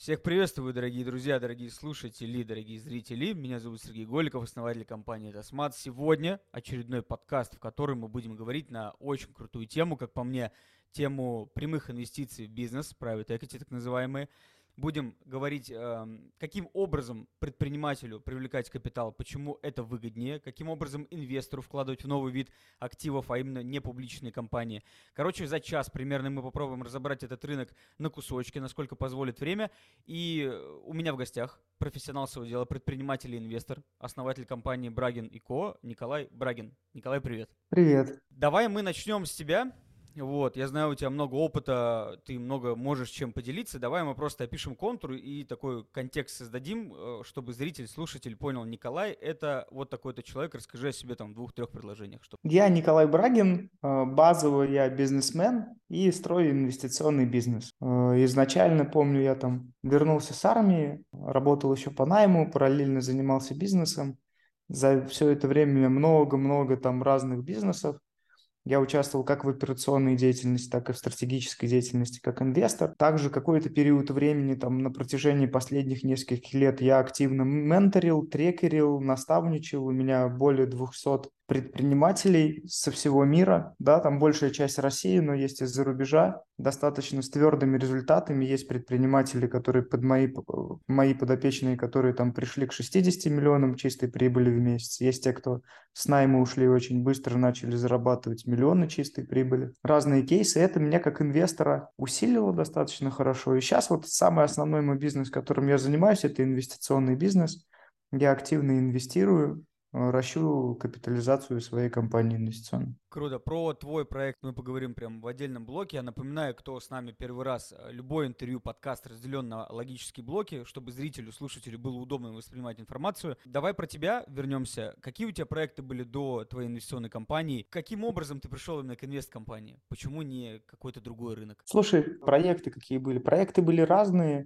Всех приветствую, дорогие друзья, дорогие слушатели, дорогие зрители. Меня зовут Сергей Голиков, основатель компании Tasmat. Сегодня очередной подкаст, в котором мы будем говорить на очень крутую тему, как по мне, тему прямых инвестиций в бизнес, private equity так называемые. Будем говорить, каким образом предпринимателю привлекать капитал, почему это выгоднее, каким образом инвестору вкладывать в новый вид активов, а именно непубличные компании. Короче, за час примерно мы попробуем разобрать этот рынок на кусочки, насколько позволит время. И у меня в гостях профессионал своего дела, предприниматель и инвестор, основатель компании Брагин и Ко. Николай Брагин. Николай, привет. Привет. Давай мы начнем с тебя. Вот, я знаю, у тебя много опыта, ты много можешь чем поделиться. Давай мы просто опишем контур и такой контекст создадим, чтобы зритель, слушатель понял, Николай, это вот такой-то человек. Расскажи о себе там в 2-3 предложениях. Я Николай Брагин, базово я бизнесмен и строю инвестиционный бизнес. Изначально, помню, я там вернулся с армии, работал еще по найму, параллельно занимался бизнесом. За все это время много-много там разных бизнесов. Я участвовал как в операционной деятельности, так и в стратегической деятельности как инвестор. Также какой-то период времени, там, на протяжении последних нескольких лет я активно менторил, трекерил, наставничал. У меня более 200 предпринимателей со всего мира, да, там большая часть России, но есть из-за рубежа, достаточно с твердыми результатами. Есть предприниматели, которые мои подопечные, которые там пришли к 60 миллионам чистой прибыли в месяц. Есть те, кто с найма ушли очень быстро, начали зарабатывать миллионы чистой прибыли. Разные кейсы. Это меня как инвестора усилило достаточно хорошо. И сейчас вот самый основной мой бизнес, которым я занимаюсь, это инвестиционный бизнес. Я активно инвестирую, ращу капитализацию своей компании инвестиционной. Круто. Про твой проект мы поговорим прямо в отдельном блоке. Я напоминаю, кто с нами первый раз, любой интервью, подкаст разделен на логические блоки, чтобы зрителю, слушателю было удобно воспринимать информацию. Давай про тебя вернемся. Какие у тебя проекты были до твоей инвестиционной компании? Каким образом ты пришел именно к инвесткомпании? Почему не какой-то другой рынок? Слушай, проекты какие были? Проекты были разные.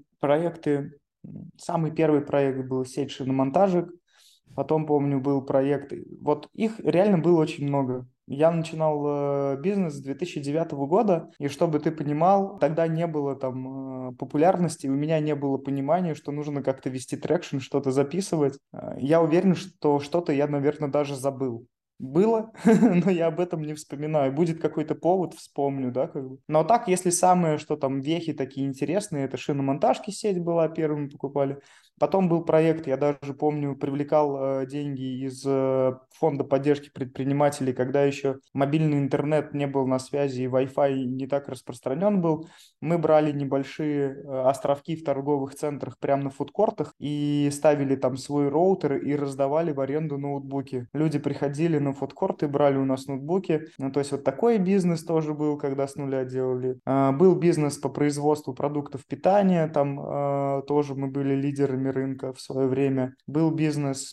Самый первый проект был сеть шиномонтажек. Потом, помню, был проект. Вот их реально было очень много. Я начинал бизнес с 2009 года, и чтобы ты понимал, тогда не было там популярности, у меня не было понимания, что нужно как-то вести трекшн, что-то записывать. Я уверен, что что-то я, наверное, даже забыл. Было, но я об этом не вспоминаю. Будет какой-то повод, вспомню, да, как бы. Но так, если самое, что там вехи такие интересные, это шиномонтажки сеть была, первыми покупали. Потом был проект, я даже помню, привлекал деньги из фонда поддержки предпринимателей, когда еще мобильный интернет не был на связи и Wi-Fi не так распространен был. Мы брали небольшие островки в торговых центрах прямо на фудкортах и ставили там свой роутер и раздавали в аренду ноутбуки. Люди приходили на фудкорты, брали у нас ноутбуки. Ну, то есть вот такой бизнес тоже был, когда с нуля делали. Был бизнес по производству продуктов питания, там тоже мы были лидерами рынка в свое время. Был бизнес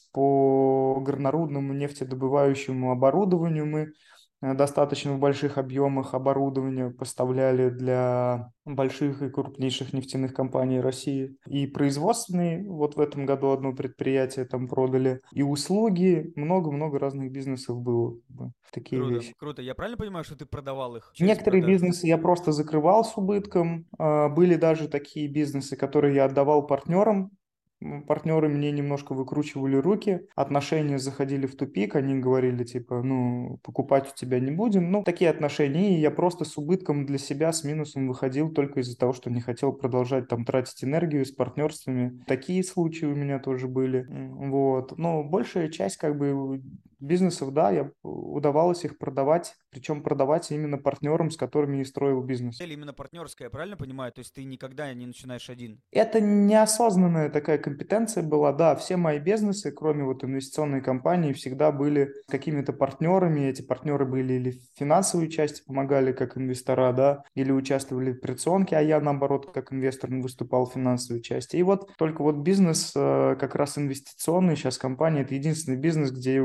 по горнорудному нефтедобывающему оборудованию. Мы достаточно в больших объемах оборудования поставляли для больших и крупнейших нефтяных компаний России. И производственные, вот в этом году одно предприятие там продали, и услуги, много-много разных бизнесов было, как бы, такие Круто, вещи. круто. Я правильно понимаю, что ты продавал их через Некоторые продажу? бизнесы я просто закрывал с убытком. Были даже такие бизнесы, которые я отдавал партнерам. Партнеры мне немножко выкручивали руки, отношения заходили в тупик, они говорили, типа, ну, покупать у тебя не будем. Ну, такие отношения, и я просто с убытком для себя, с минусом выходил только из-за того, что не хотел продолжать там тратить энергию с партнерствами. Такие случаи у меня тоже были. Вот. Но большая часть, как бы, бизнесов, да, удавалось их продавать, причем продавать именно партнерам, с которыми я строил бизнес. Цель именно партнерская, я правильно понимаю? То есть ты никогда не начинаешь один? Это неосознанная такая компетенция была, да, все мои бизнесы, кроме вот инвестиционной компании, всегда были с какими-то партнерами, эти партнеры были или в финансовой части помогали как инвестора, да, или участвовали в операционке, а я, наоборот, как инвестор выступал в финансовой части. И вот только вот бизнес как раз инвестиционный, сейчас компания, это единственный бизнес, где у меня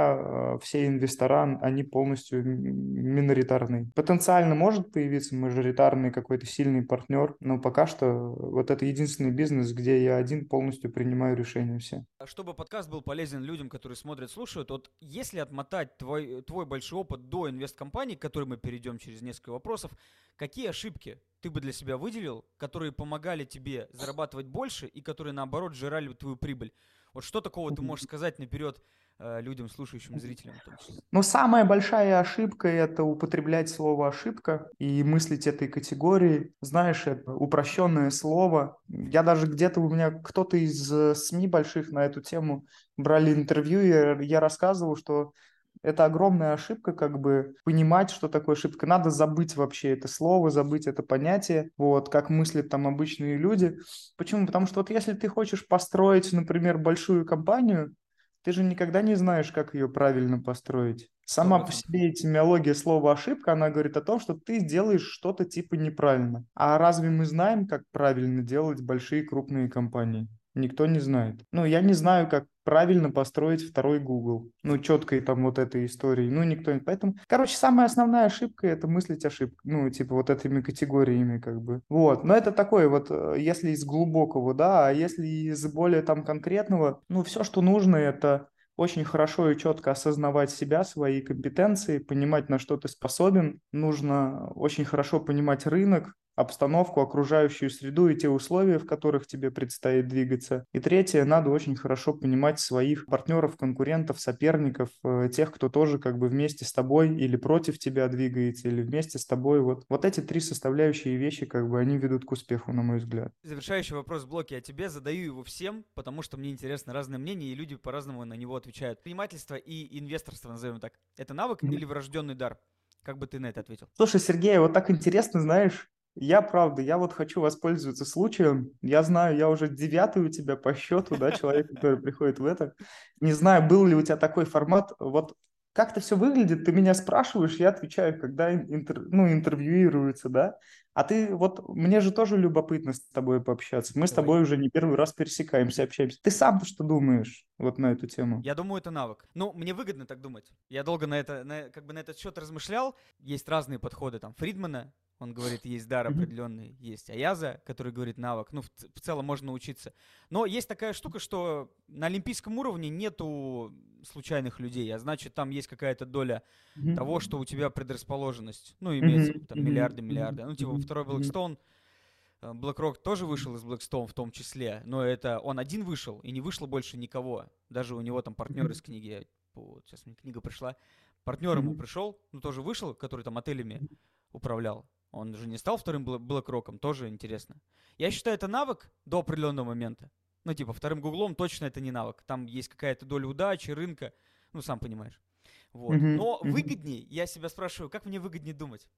да, все инвестора, они полностью миноритарные. Потенциально может появиться мажоритарный какой-то сильный партнер, но пока что вот это единственный бизнес, где я один полностью принимаю решения все. Чтобы подкаст был полезен людям, которые смотрят, слушают, вот если отмотать твой большой опыт до инвесткомпаний, к которой мы перейдем через несколько вопросов, какие ошибки ты бы для себя выделил, которые помогали тебе зарабатывать больше и которые, наоборот, жрали твою прибыль? Вот что такого ты можешь сказать наперед людям, слушающим, зрителям в том числе? Но самая большая ошибка– это употреблять слово «ошибка» и мыслить этой категорией. Знаешь, это упрощенное слово. Я даже где-то у меня кто-то из СМИ больших на эту тему брали интервью, и я рассказывал, что это огромная ошибка, как бы понимать, что такое ошибка. Надо забыть вообще это слово, забыть это понятие, вот, как мыслят там обычные люди. Почему? Потому что вот если ты хочешь построить, например, большую компанию, ты же никогда не знаешь, как ее правильно построить. Сто Сама по процентов. себе этимология слова «ошибка», она говорит о том, что ты делаешь что-то типа неправильно. А разве мы знаем, как правильно делать большие крупные компании? Никто не знает. Ну, я не знаю, как правильно построить второй Google. Ну, четкой там вот этой истории. Ну, никто не... Поэтому, короче, самая основная ошибка– это мыслить ошибкой. Ну, типа вот этими категориями как бы. Вот. Но это такое вот, если из глубокого, да, а если из более там конкретного, ну, все, что нужно, это очень хорошо и четко осознавать себя, свои компетенции, понимать, на что ты способен. Нужно очень хорошо понимать рынок, обстановку, окружающую среду и те условия, в которых тебе предстоит двигаться. И третье, надо очень хорошо понимать своих партнеров, конкурентов, соперников, тех, кто тоже как бы вместе с тобой или против тебя двигается, или вместе с тобой. Вот эти три составляющие вещи, как бы, они ведут к успеху, на мой взгляд. Завершающий вопрос в блоке о тебе. Задаю его всем, потому что мне интересно разные мнения, и люди по-разному на него отвечают. Предпринимательство и инвесторство, назовем так, это навык или врожденный дар? Как бы ты на это ответил? Слушай, Сергей, вот так интересно, знаешь, правда, я вот хочу воспользоваться случаем. Я знаю, я уже 9-й у тебя по счету, да, человек, который приходит в это. Не знаю, был ли у тебя такой формат. Вот как это все выглядит, ты меня спрашиваешь, я отвечаю, когда интервьюируются, да. А ты вот, мне же тоже любопытно с тобой пообщаться. Мы с Давай. тобой уже не первый раз пересекаемся, общаемся. Ты сам-то что думаешь вот на эту тему? Я думаю, это навык. Ну, мне выгодно так думать. Я долго как бы на этот счет размышлял. Есть разные подходы. Там Фридмана, он говорит, есть дар Мгм. определенный. Есть Аяза, который говорит навык. Ну, в целом можно учиться. Но есть такая штука, что на олимпийском уровне нету случайных людей. А значит, там есть какая-то доля того, Мгм. что у тебя предрасположенность. Ну, имеется в виду Мгм. там Мгм. миллиарды, Мгм. миллиарды. Ну, типа Мгм. второй Мгм. Blackstone, BlackRock тоже вышел из Blackstone в том числе, но это он один вышел, и не вышло больше никого. Даже у него там партнер из книги, вот сейчас мне книга пришла, партнер ему Мгм. пришел, ну тоже вышел, который там отелями управлял. Он же не стал вторым BlackRock'ом, тоже интересно. Я считаю, это навык до определенного момента. Ну, типа, вторым Гуглом точно это не навык. Там есть какая-то доля удачи, рынка, ну, сам понимаешь. Вот. Мгм. Но Мгм. выгоднее, я себя спрашиваю, как мне выгоднее думать?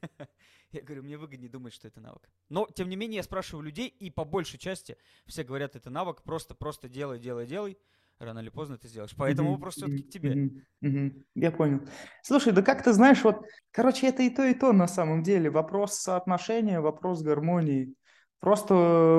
Я говорю, мне выгоднее думать, что это навык. Но, тем не менее, я спрашиваю людей, и по большей части все говорят, это навык, просто делай, делай, делай. Рано или поздно ты сделаешь. Поэтому Мгм. вопрос все-таки Мгм. к тебе. Мгм. Мгм. Я понял. Слушай, да как ты знаешь, вот, короче, это и то на самом деле. Вопрос соотношения, вопрос гармонии. Просто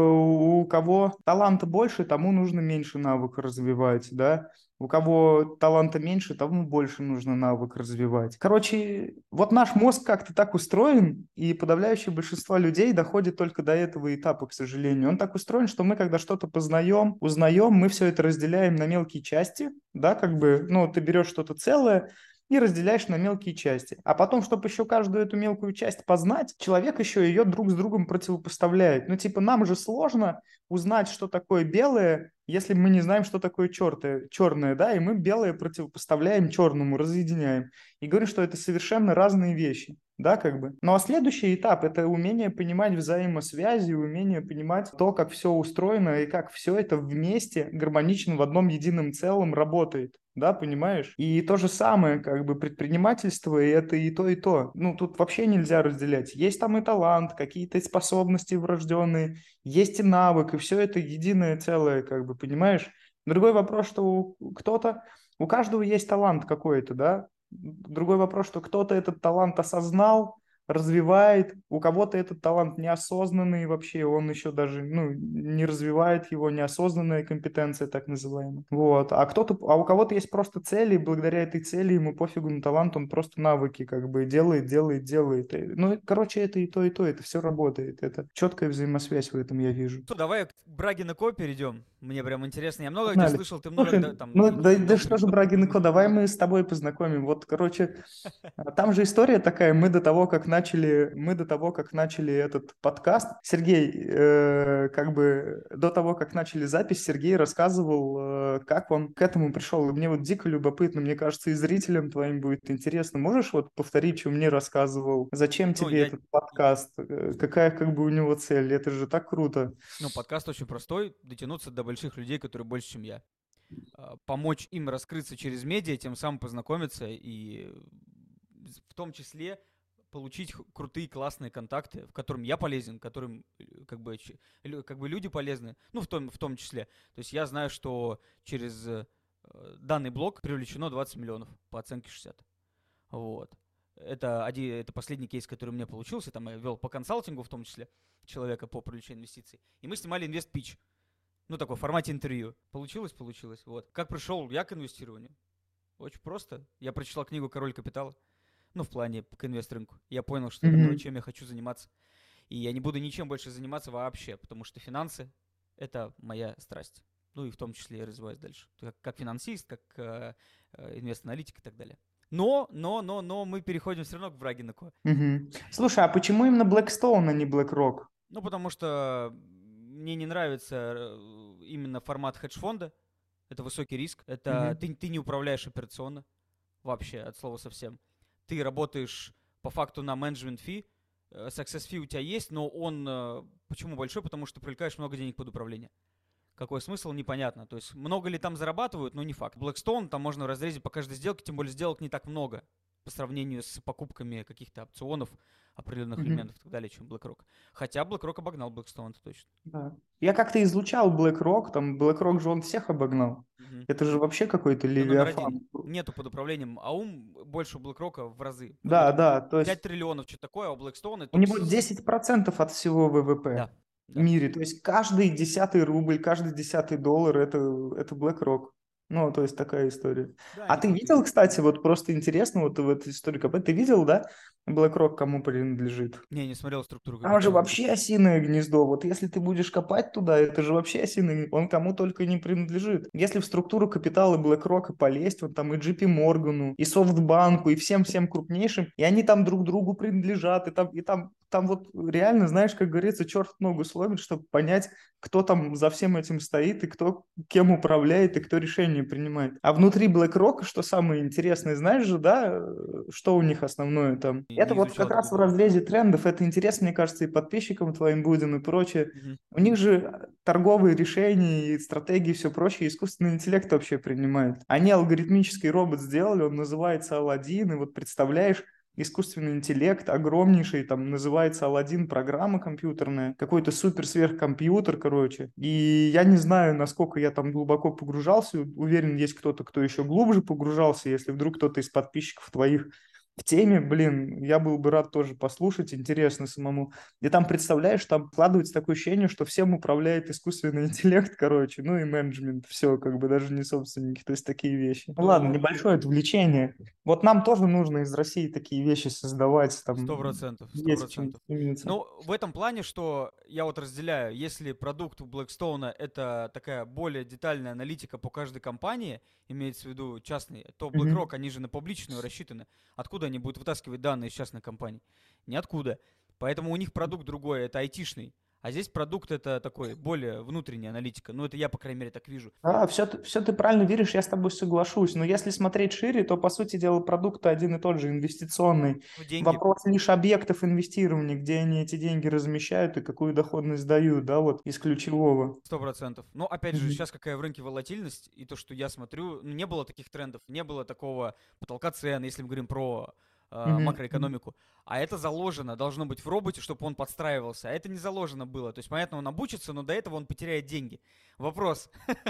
у кого таланта больше, тому нужно меньше навык развивать, да. У кого таланта меньше, тому больше нужно навык развивать. Короче, вот наш мозг как-то так устроен, и подавляющее большинство людей доходит только до этого этапа, к сожалению. Он так устроен, что мы, когда что-то познаем, узнаем, мы все это разделяем на мелкие части, да, как бы, ну, ты берешь что-то целое, и разделяешь на мелкие части. А потом, чтобы еще каждую эту мелкую часть познать, человек еще ее друг с другом противопоставляет. Ну, типа, нам же сложно узнать, что такое белое, если мы не знаем, что такое черное, да, и мы белое противопоставляем черному, разъединяем. И говорим, что это совершенно разные вещи. Да, как бы. Ну а следующий этап– это умение понимать взаимосвязи, умение понимать то, как все устроено и как все это вместе гармонично в одном едином целом работает. Да, понимаешь? И то же самое, как бы, предпринимательство, и это и то, и то. Ну, тут вообще нельзя разделять. Есть там и талант, какие-то способности врожденные, есть и навык, и все это единое целое, как бы, понимаешь? Другой вопрос, что у каждого есть талант какой-то, да? Другой вопрос, что кто-то этот талант осознал, развивает. У кого-то этот талант неосознанный вообще, он еще даже, ну, не развивает его, неосознанная компетенция, так называемая. Вот. А у кого-то есть просто цели, и благодаря этой цели ему пофигу на талант, он просто навыки как бы делает, делает, делает. Ну, короче, это и то, это все работает. Это четкая взаимосвязь в этом я вижу. Что, давай к Брагина Ко перейдем. Мне прям интересно. Я много о тебе Погнали. слышал, ты много Слушай, там ну да, да дал что же, Брагин, преимуществ. давай мы с тобой познакомим. Вот, короче, там же история такая, мы до того, как начали этот подкаст, Сергей, как бы до того, как начали запись, Сергей рассказывал, как он к этому пришел. И мне вот дико любопытно, мне кажется, и зрителям твоим будет интересно. Можешь вот повторить, что мне рассказывал? Зачем Ну, тебе этот подкаст? Какая как бы у него цель? Это же так круто. ну, подкаст очень простой, дотянуться до больших людей, которые больше, чем я. Помочь им раскрыться через медиа, тем самым познакомиться и в том числе получить крутые, классные контакты, в которым я полезен, которым как бы люди полезны, ну, в том числе. То есть я знаю, что через данный блог привлечено 20 миллионов по оценке 60. Вот. Это последний кейс, который у меня получился. Там я вел по консалтингу, в том числе, человека по привлечению инвестиций. И мы снимали инвест-пич. Ну, такой в формате интервью. Получилось? Получилось. Вот. Как пришел я к инвестированию? Очень просто. Я прочитал книгу «Король капитала». Ну, в плане к инвест-рынку. Я понял, что это то, Мгм. чем я хочу заниматься. И я не буду ничем больше заниматься вообще, потому что финансы– это моя страсть. Ну и в том числе я развиваюсь дальше. Как финансист, как инвест-аналитик и так далее. Но мы переходим все равно к Брагинаку. Мгм. Слушай, а почему именно Blackstone, а не BlackRock? Ну, потому что мне не нравится именно формат хедж-фонда. Это высокий риск. Это Мгм. ты не управляешь операционно вообще, от слова совсем. Ты работаешь по факту на менеджмент фи. Success fee у тебя есть, но он почему большой? Потому что ты привлекаешь много денег под управление. Какой смысл, непонятно. То есть много ли там зарабатывают, но не факт. Blackstone там можно в разрезе по каждой сделке, тем более сделок не так много по сравнению с покупками каких-то опционов, определенных Мгм. элементов и так далее, чем BlackRock. Хотя BlackRock обогнал Blackstone, это точно. Да. Я как-то изучал BlackRock, там BlackRock же он всех обогнал. Мгм. Это же вообще какой-то Это номер один. левиафан. Нету под управлением АУМ больше у BlackRock в разы. Да, Какой-то да, то 5 есть триллионов, что-то такое, а у Blackstone у только... него 10% от всего ВВП Да, в да. мире. То есть каждый 10-й рубль, каждый 10-й доллар это BlackRock. Ну, то есть такая история. Да, А они ты крутые. видел, кстати, вот просто интересно, вот в этой истории копать, ты видел, да, BlackRock кому принадлежит? Не смотрел структуру Там же капитала. вообще осиное гнездо. Вот если ты будешь копать туда, это же вообще осиный, он кому только не принадлежит. Если в структуру капитала BlackRock полезть, вот там и JP Моргану, и Софтбанку, и всем-всем крупнейшим, и они там друг другу принадлежат, там вот реально, знаешь, как говорится, черт ногу сломит, чтобы понять, кто там за всем этим стоит, и кто кем управляет, и кто решения принимает. А внутри BlackRock, что самое интересное, знаешь же, да, что у них основное там? Это Не вот изучал как эту раз в глубоко. разрезе трендов, это интересно, мне кажется, и подписчикам твоим будем, и прочее. Мгм. У них же торговые решения и стратегии, и все прочее, искусственный интеллект вообще принимает. Они алгоритмический робот сделали, он называется Аладдин, и вот представляешь, искусственный интеллект огромнейший, там называется Аладдин, программа компьютерная, какой-то супер-сверхкомпьютер, короче. И я не знаю, насколько я там глубоко погружался, уверен, есть кто-то, кто еще глубже погружался, если вдруг кто-то из подписчиков твоих в теме, блин, я был бы рад тоже послушать, интересно самому. И там, представляешь, там вкладывается такое ощущение, что всем управляет искусственный интеллект, короче, ну и менеджмент, все, как бы даже не собственники, то есть такие вещи. Ну ладно, То небольшое отвлечение. Вот нам тоже нужно из России такие вещи создавать, сто там процентов, сто есть к чему процентов. стремиться. Но в этом плане, что я вот разделяю, если продукт у Blackstone это такая более детальная аналитика по каждой компании, имеется в виду частные, то BlackRock, Мгм. они же на публичную рассчитаны. Откуда они будут вытаскивать данные из частных компаний? Ниоткуда. Поэтому у них продукт другой, это айтишный. А здесь продукт это такой, более внутренняя аналитика. Ну, это я, по крайней мере, так вижу. Да, все ты правильно веришь, я с тобой соглашусь. Но если смотреть шире, то, по сути дела, продукт один и тот же, инвестиционный. Ну, деньги, Вопрос лишь объектов инвестирования, где они эти деньги размещают и какую доходность дают, да, вот из ключевого. 100%. Но опять же, Мгм. сейчас какая в рынке волатильность, и то, что я смотрю, ну, не было таких трендов, не было такого потолка цен, если мы говорим про Мгм. макроэкономику. А это заложено, должно быть в роботе, чтобы он подстраивался. А это не заложено было. То есть, понятно, он обучится, но до этого он потеряет деньги. Вопрос.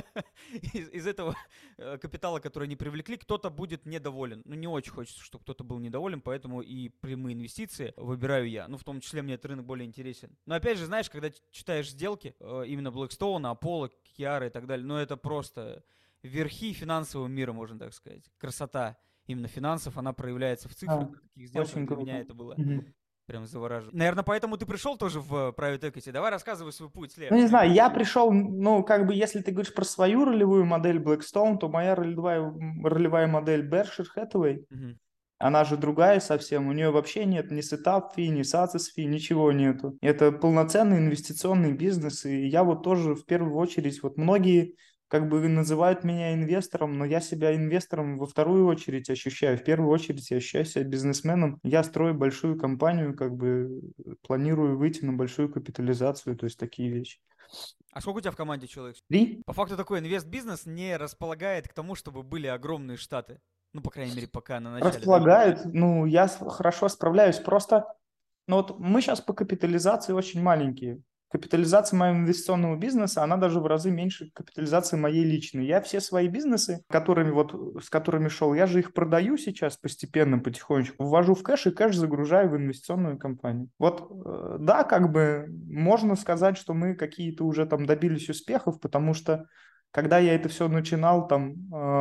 Из этого капитала, который они привлекли, кто-то будет недоволен. Ну, не очень хочется, чтобы кто-то был недоволен, поэтому и прямые инвестиции выбираю я. Ну, в том числе мне этот рынок более интересен. Но опять же, знаешь, когда читаешь сделки, именно Blackstone, Apollo, Kiara и так далее, ну, это просто верхи финансового мира, можно так сказать. Красота именно финансов, она проявляется в цифрах, А, в таких сделках. очень Для меня круто. это было Мгм. прям завораживающе. Наверное, поэтому ты пришел тоже в private equity. Давай рассказывай свой путь, Ну, Лев. не знаю, я пришел, ну, как бы, если ты говоришь про свою ролевую модель Blackstone, то моя ролевая модель Berkshire Hathaway, Мгм. она же другая совсем. У нее вообще нет ни сетап фи, ни success фи, ничего нету. Это полноценный инвестиционный бизнес. И я вот тоже в первую очередь, вот многие как бы называют меня инвестором, но я себя инвестором во вторую очередь ощущаю. В первую очередь я ощущаю себя бизнесменом. Я строю большую компанию, как бы планирую выйти на большую капитализацию, то есть такие вещи. А сколько у тебя в команде человек? Три. По факту такой инвест-бизнес не располагает к тому, чтобы были огромные штаты. Ну, по крайней мере, пока на начале, да? Располагают, ну, я хорошо справляюсь. Просто, ну вот мы сейчас по капитализации очень маленькие. Капитализация моего инвестиционного бизнеса, она даже в разы меньше капитализации моей личной. Я все свои бизнесы, которыми вот, с которыми шел, я же их продаю сейчас постепенно, потихонечку, ввожу в кэш и кэш загружаю в инвестиционную компанию. Вот, да, как бы можно сказать, что мы какие-то уже там добились успехов, потому что когда я это все начинал, там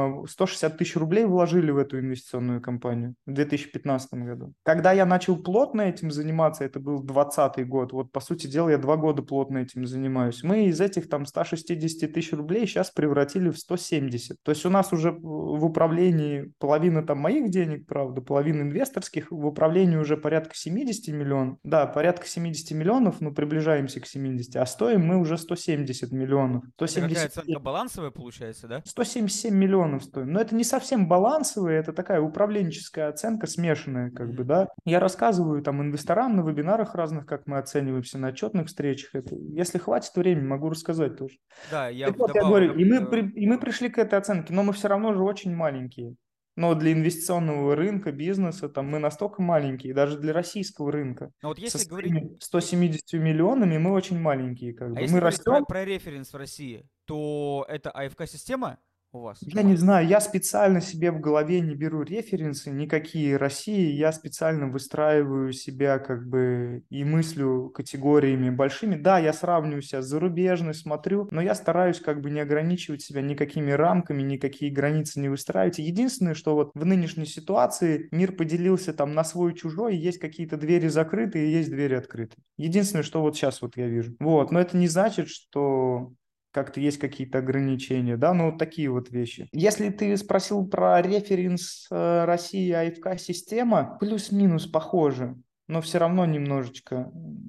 160 тысяч рублей вложили в эту инвестиционную компанию в 2015 году. Когда я начал плотно этим заниматься, это был 2020 год, вот по сути дела я 2 года плотно этим занимаюсь. Мы из этих там 160 тысяч рублей сейчас превратили в 170. То есть у нас уже в управлении половина там моих денег, правда, половина инвесторских, в управлении уже порядка 70 миллионов. Да, порядка 70 миллионов, ну приближаемся к 70, а стоим мы уже 170 миллионов. Это какая 170 оценка балансовая получается, да? 177 миллионов стоим. Но это не совсем балансовая, это такая управленческая оценка смешанная, как бы, Мгм. да. Я рассказываю там инвесторам на вебинарах разных, как мы оцениваемся на отчетных встречах. Это, если хватит времени, могу рассказать тоже. Да, я Так вот, я вдобавок... говорю, и мы пришли к этой оценке, но мы все равно же очень маленькие. Но для инвестиционного рынка, бизнеса, там мы настолько маленькие, даже для российского рынка. Но вот Со если говорить... своими 170 миллионами мы очень маленькие, как А бы. если Мы говорить растем. про референс в России, то это АФК-система у вас? Я не знаю, я специально себе в голове не беру референсы никакие России, я специально выстраиваю себя как бы и мыслю категориями большими. Да, я сравниваю себя с зарубежной, смотрю, но я стараюсь как бы не ограничивать себя никакими рамками, никакие границы не выстраивать. Единственное, что вот в нынешней ситуации мир поделился там на свой-чужой, есть какие-то двери закрыты и есть двери открыты. Единственное, что вот сейчас вот я вижу. Вот, но это не значит, что как-то есть какие-то ограничения, да, ну вот такие вот вещи. Если ты спросил про референс России АФК-система, плюс-минус похоже, но все равно немножечко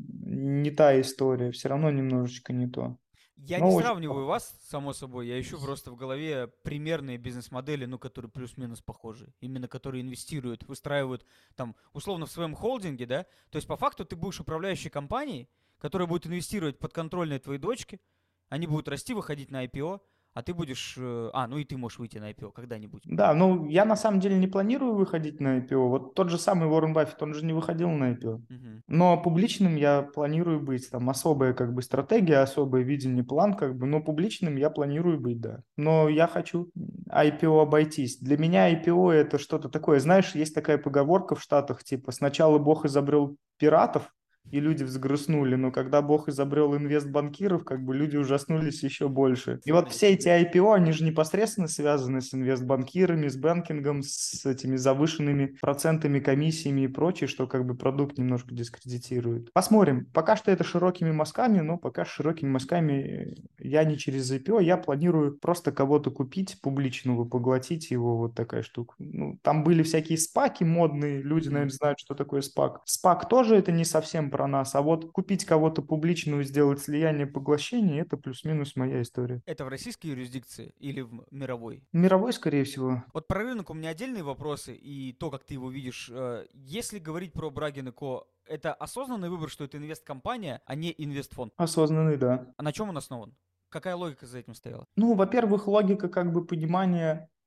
не та история, все равно немножечко не то. Я не Но очень сравниваю похоже. вас, само собой, я ищу просто в голове примерные бизнес-модели, ну, которые плюс-минус похожи. Именно которые инвестируют, выстраивают там, условно, в своем холдинге, да? То есть, по факту, ты будешь управляющей компанией, которая будет инвестировать под контрольные твоей дочки, они будут расти, выходить на IPO, а ты будешь... ну и ты можешь выйти на IPO когда-нибудь. Да, ну я на самом деле не планирую выходить на IPO. Вот тот же самый Уоррен Баффет, он же не выходил на IPO. Мгм. Но публичным я планирую быть. Там особая как бы стратегия, особое видение, план как бы. Но публичным я планирую быть, да. Но я хочу IPO обойтись. Для меня IPO это что-то такое. Знаешь, есть такая поговорка в Штатах, типа сначала Бог изобрел пиратов, и люди взгрустнули, но когда Бог изобрел инвестбанкиров, как бы люди ужаснулись еще больше. И вот все эти IPO, они же непосредственно связаны с инвестбанкирами, с банкингом, с этими завышенными процентами, комиссиями и прочее, что как бы продукт немножко дискредитирует. Посмотрим. Пока что это широкими мазками, но пока широкими мазками я не через IPO, я планирую просто кого-то купить публичного, поглотить его, вот такая штука. Ну, там были всякие спаки модные, люди, Мгм. наверное, знают, что такое спак. Спак тоже это не совсем про нас, а вот купить кого-то публичного, сделать слияние, поглощение, это плюс-минус моя история. Это в российской юрисдикции или в мировой? Мировой, скорее всего, Вот про рынок у меня отдельные вопросы и то, как ты его видишь. Если говорить про Брагин и Ко, это осознанный выбор, что это инвесткомпания, а не инвестфонд? осознанный, да. А на чем он основан? Какая логика за этим стояла? Ну, во-первых, логика как бы понимания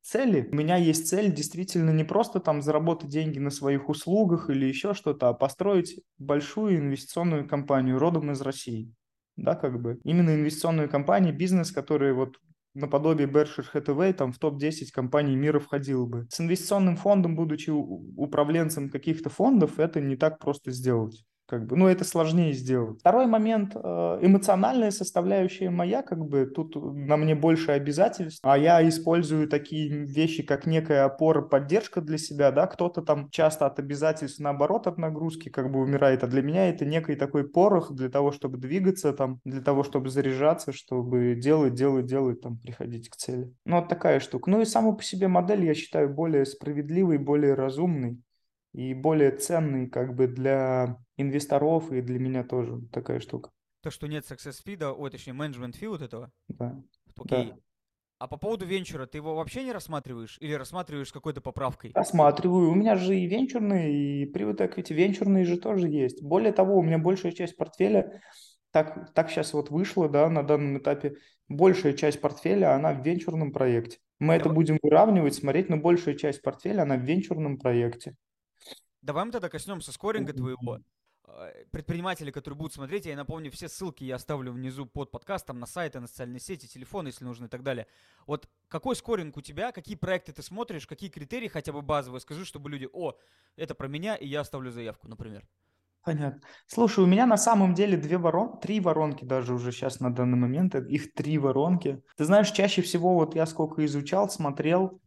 цели. У меня есть цель действительно не просто там заработать деньги на своих услугах или еще что-то, а построить большую инвестиционную компанию родом из России. Да, как бы. Именно инвестиционную компанию, бизнес, который вот наподобие Berkshire Hathaway там в топ-10 компаний мира входил бы. С инвестиционным фондом, будучи управленцем каких-то фондов, это не так просто сделать. Как бы, ну, это сложнее сделать. Второй момент, эмоциональная составляющая моя, как бы, тут на мне больше обязательств, а я использую такие вещи, как некая опора, поддержка для себя, да, кто-то там часто от обязательств, наоборот, от нагрузки как бы умирает, а для меня это некий такой порох для того, чтобы двигаться там, для того, чтобы заряжаться, чтобы делать, там, приходить к цели. Ну, вот такая штука. Ну, и саму по себе модель я считаю более справедливой, более разумной и более ценный как бы для инвесторов и для меня тоже такая штука. То, что нет success фида, ой, точнее, management фи вот этого. Да, Окей. да. А по поводу венчура, ты его вообще не рассматриваешь или рассматриваешь с какой-то поправкой? Рассматриваю. У меня же и венчурные, и private equity венчурные же тоже есть. Более того, у меня большая часть портфеля, так сейчас вот вышло, да, на данном этапе, большая часть портфеля, она в венчурном проекте. Мы это Давай, будем выравнивать, смотреть, но большая часть портфеля, она в венчурном проекте. давай мы тогда коснемся скоринга твоего. Предприниматели, которые будут смотреть, я напомню, все ссылки я оставлю внизу под подкастом на сайты, на социальные сети, телефон, если нужно и так далее. Вот какой скоринг у тебя, какие проекты ты смотришь, какие критерии хотя бы базовые, скажи, чтобы люди, это про меня, и я оставлю заявку, например. Понятно. Слушай, у меня на самом деле три воронки даже уже сейчас на данный момент. Их три воронки. Ты знаешь, чаще всего вот я сколько изучал, смотрел,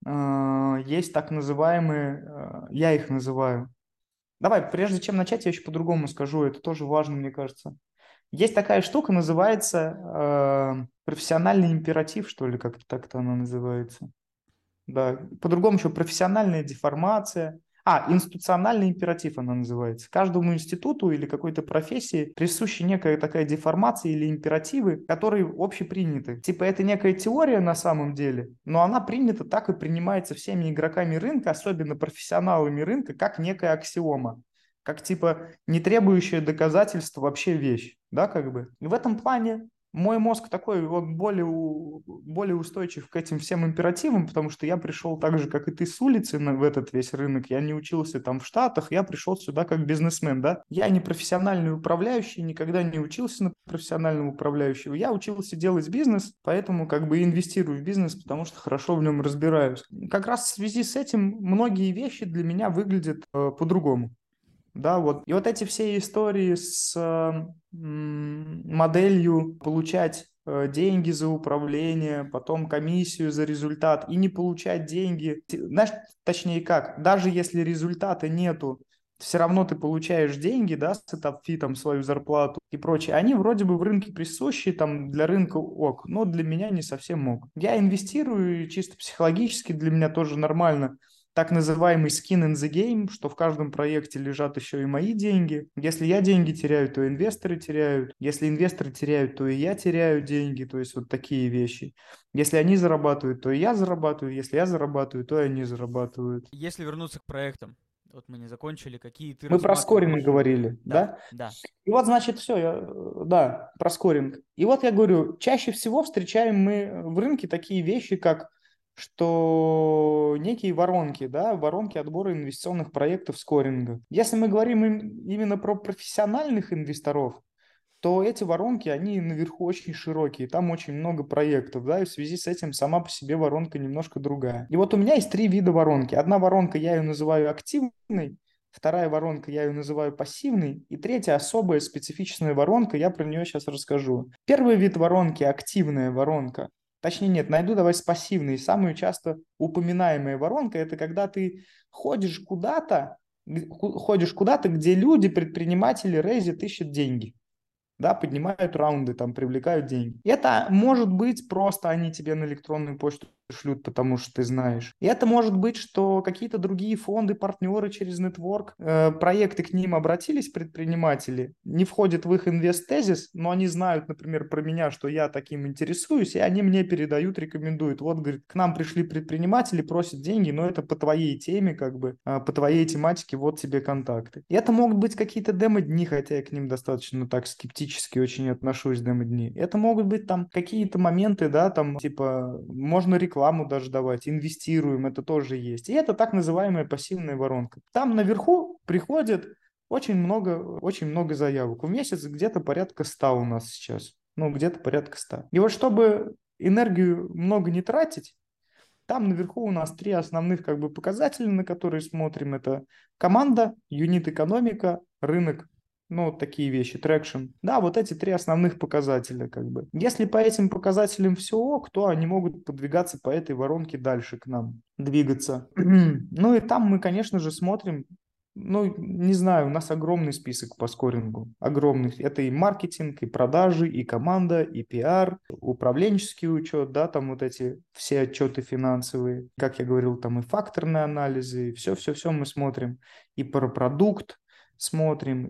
есть так называемые, я их называю. Давай, прежде чем начать, я еще по-другому скажу, это тоже важно, мне кажется. Есть такая штука, называется профессиональный императив, что ли, как-то так-то она называется. Да, по-другому еще профессиональная деформация. Институциональный императив она называется. Каждому институту или какой-то профессии присуща некая такая деформация или императивы, которые общеприняты. Типа это некая теория на самом деле, но она принята так и принимается всеми игроками рынка, особенно профессионалами рынка, как некая аксиома. Как типа не требующая доказательств вообще вещь. Да, как бы. И в этом плане мой мозг такой вот более устойчив к этим всем императивам, потому что я пришел так же, как и ты, с улицы в этот весь рынок. Я не учился там в Штатах, я пришел сюда как бизнесмен, да. Я не профессиональный управляющий, никогда не учился на профессионального управляющего. Я учился делать бизнес, поэтому как бы инвестирую в бизнес, потому что хорошо в нем разбираюсь. Как раз в связи с этим многие вещи для меня выглядят по-другому. Да, вот. И вот эти все истории с моделью получать деньги за управление, потом комиссию за результат и не получать деньги. Знаешь, точнее как, даже если результата нету, все равно ты получаешь деньги, да, с этап-фи, там, свою зарплату и прочее. Они вроде бы в рынке присущи, там, для рынка ок, но для меня не совсем ок. Я инвестирую, и чисто психологически для меня тоже нормально так называемый skin in the game, что в каждом проекте лежат еще и мои деньги. Если я деньги теряю, то инвесторы теряют. Если инвесторы теряют, то и я теряю деньги. То есть вот такие вещи. Если они зарабатывают, то и я зарабатываю. Если я зарабатываю, то и они зарабатывают. Если вернуться к проектам, вот мы не закончили, какие ты Мы про скоринг рассматриваешь? говорили, Да, да? да. И вот, значит, все, да, про скоринг. И вот я говорю, чаще всего встречаем мы в рынке такие вещи, как что некие воронки, да, воронки отбора инвестиционных проектов скоринга. Если мы говорим именно про профессиональных инвесторов, то эти воронки, они наверху очень широкие, там очень много проектов, да, и в связи с этим сама по себе воронка немножко другая. И вот у меня есть три вида воронки. Одна воронка, я ее называю активной, вторая воронка, я ее называю пассивной, и третья особая специфичная воронка, я про нее сейчас расскажу. Первый вид воронки – активная воронка. Точнее, нет, найду давай с пассивной. Самую часто упоминаемая воронка – это когда ты ходишь куда-то, где люди, предприниматели, рейзят, ищут деньги, да, поднимают раунды, там, привлекают деньги. Это может быть просто они тебе на электронную почту шлют, потому что ты знаешь. И это может быть, что какие-то другие фонды, партнеры через нетворк, проекты к ним обратились, предприниматели, не входят в их инвест-тезис, но они знают, например, про меня, что я таким интересуюсь, и они мне передают, рекомендуют. Вот, говорит, к нам пришли предприниматели, просят деньги, но это по твоей теме, как бы, по твоей тематике, вот тебе контакты. И это могут быть какие-то демо-дни, хотя я к ним достаточно так скептически очень отношусь, демо-дни. Это могут быть там какие-то моменты, да, там, типа, можно рекламировать рекламу даже давать, инвестируем, это тоже есть. И это так называемая пассивная воронка. Там наверху приходит очень много заявок. В месяц где-то порядка 100 у нас сейчас. Ну, где-то порядка 100. И вот чтобы энергию много не тратить, там наверху у нас три основных как бы показателя, на которые смотрим. Это команда, юнит-экономика, рынок. Ну, вот такие вещи, трекшн. Да, вот эти три основных показателя как бы. Если по этим показателям все ок, то они могут подвигаться по этой воронке дальше к нам, двигаться. Ну и там мы, конечно же, смотрим, ну, не знаю, у нас огромный список по скорингу. Огромный. Это и маркетинг, и продажи, и команда, и пиар, управленческий учет, да, там вот эти все отчеты финансовые. Как я говорил, там и факторные анализы, и все-все-все мы смотрим. И про продукт смотрим,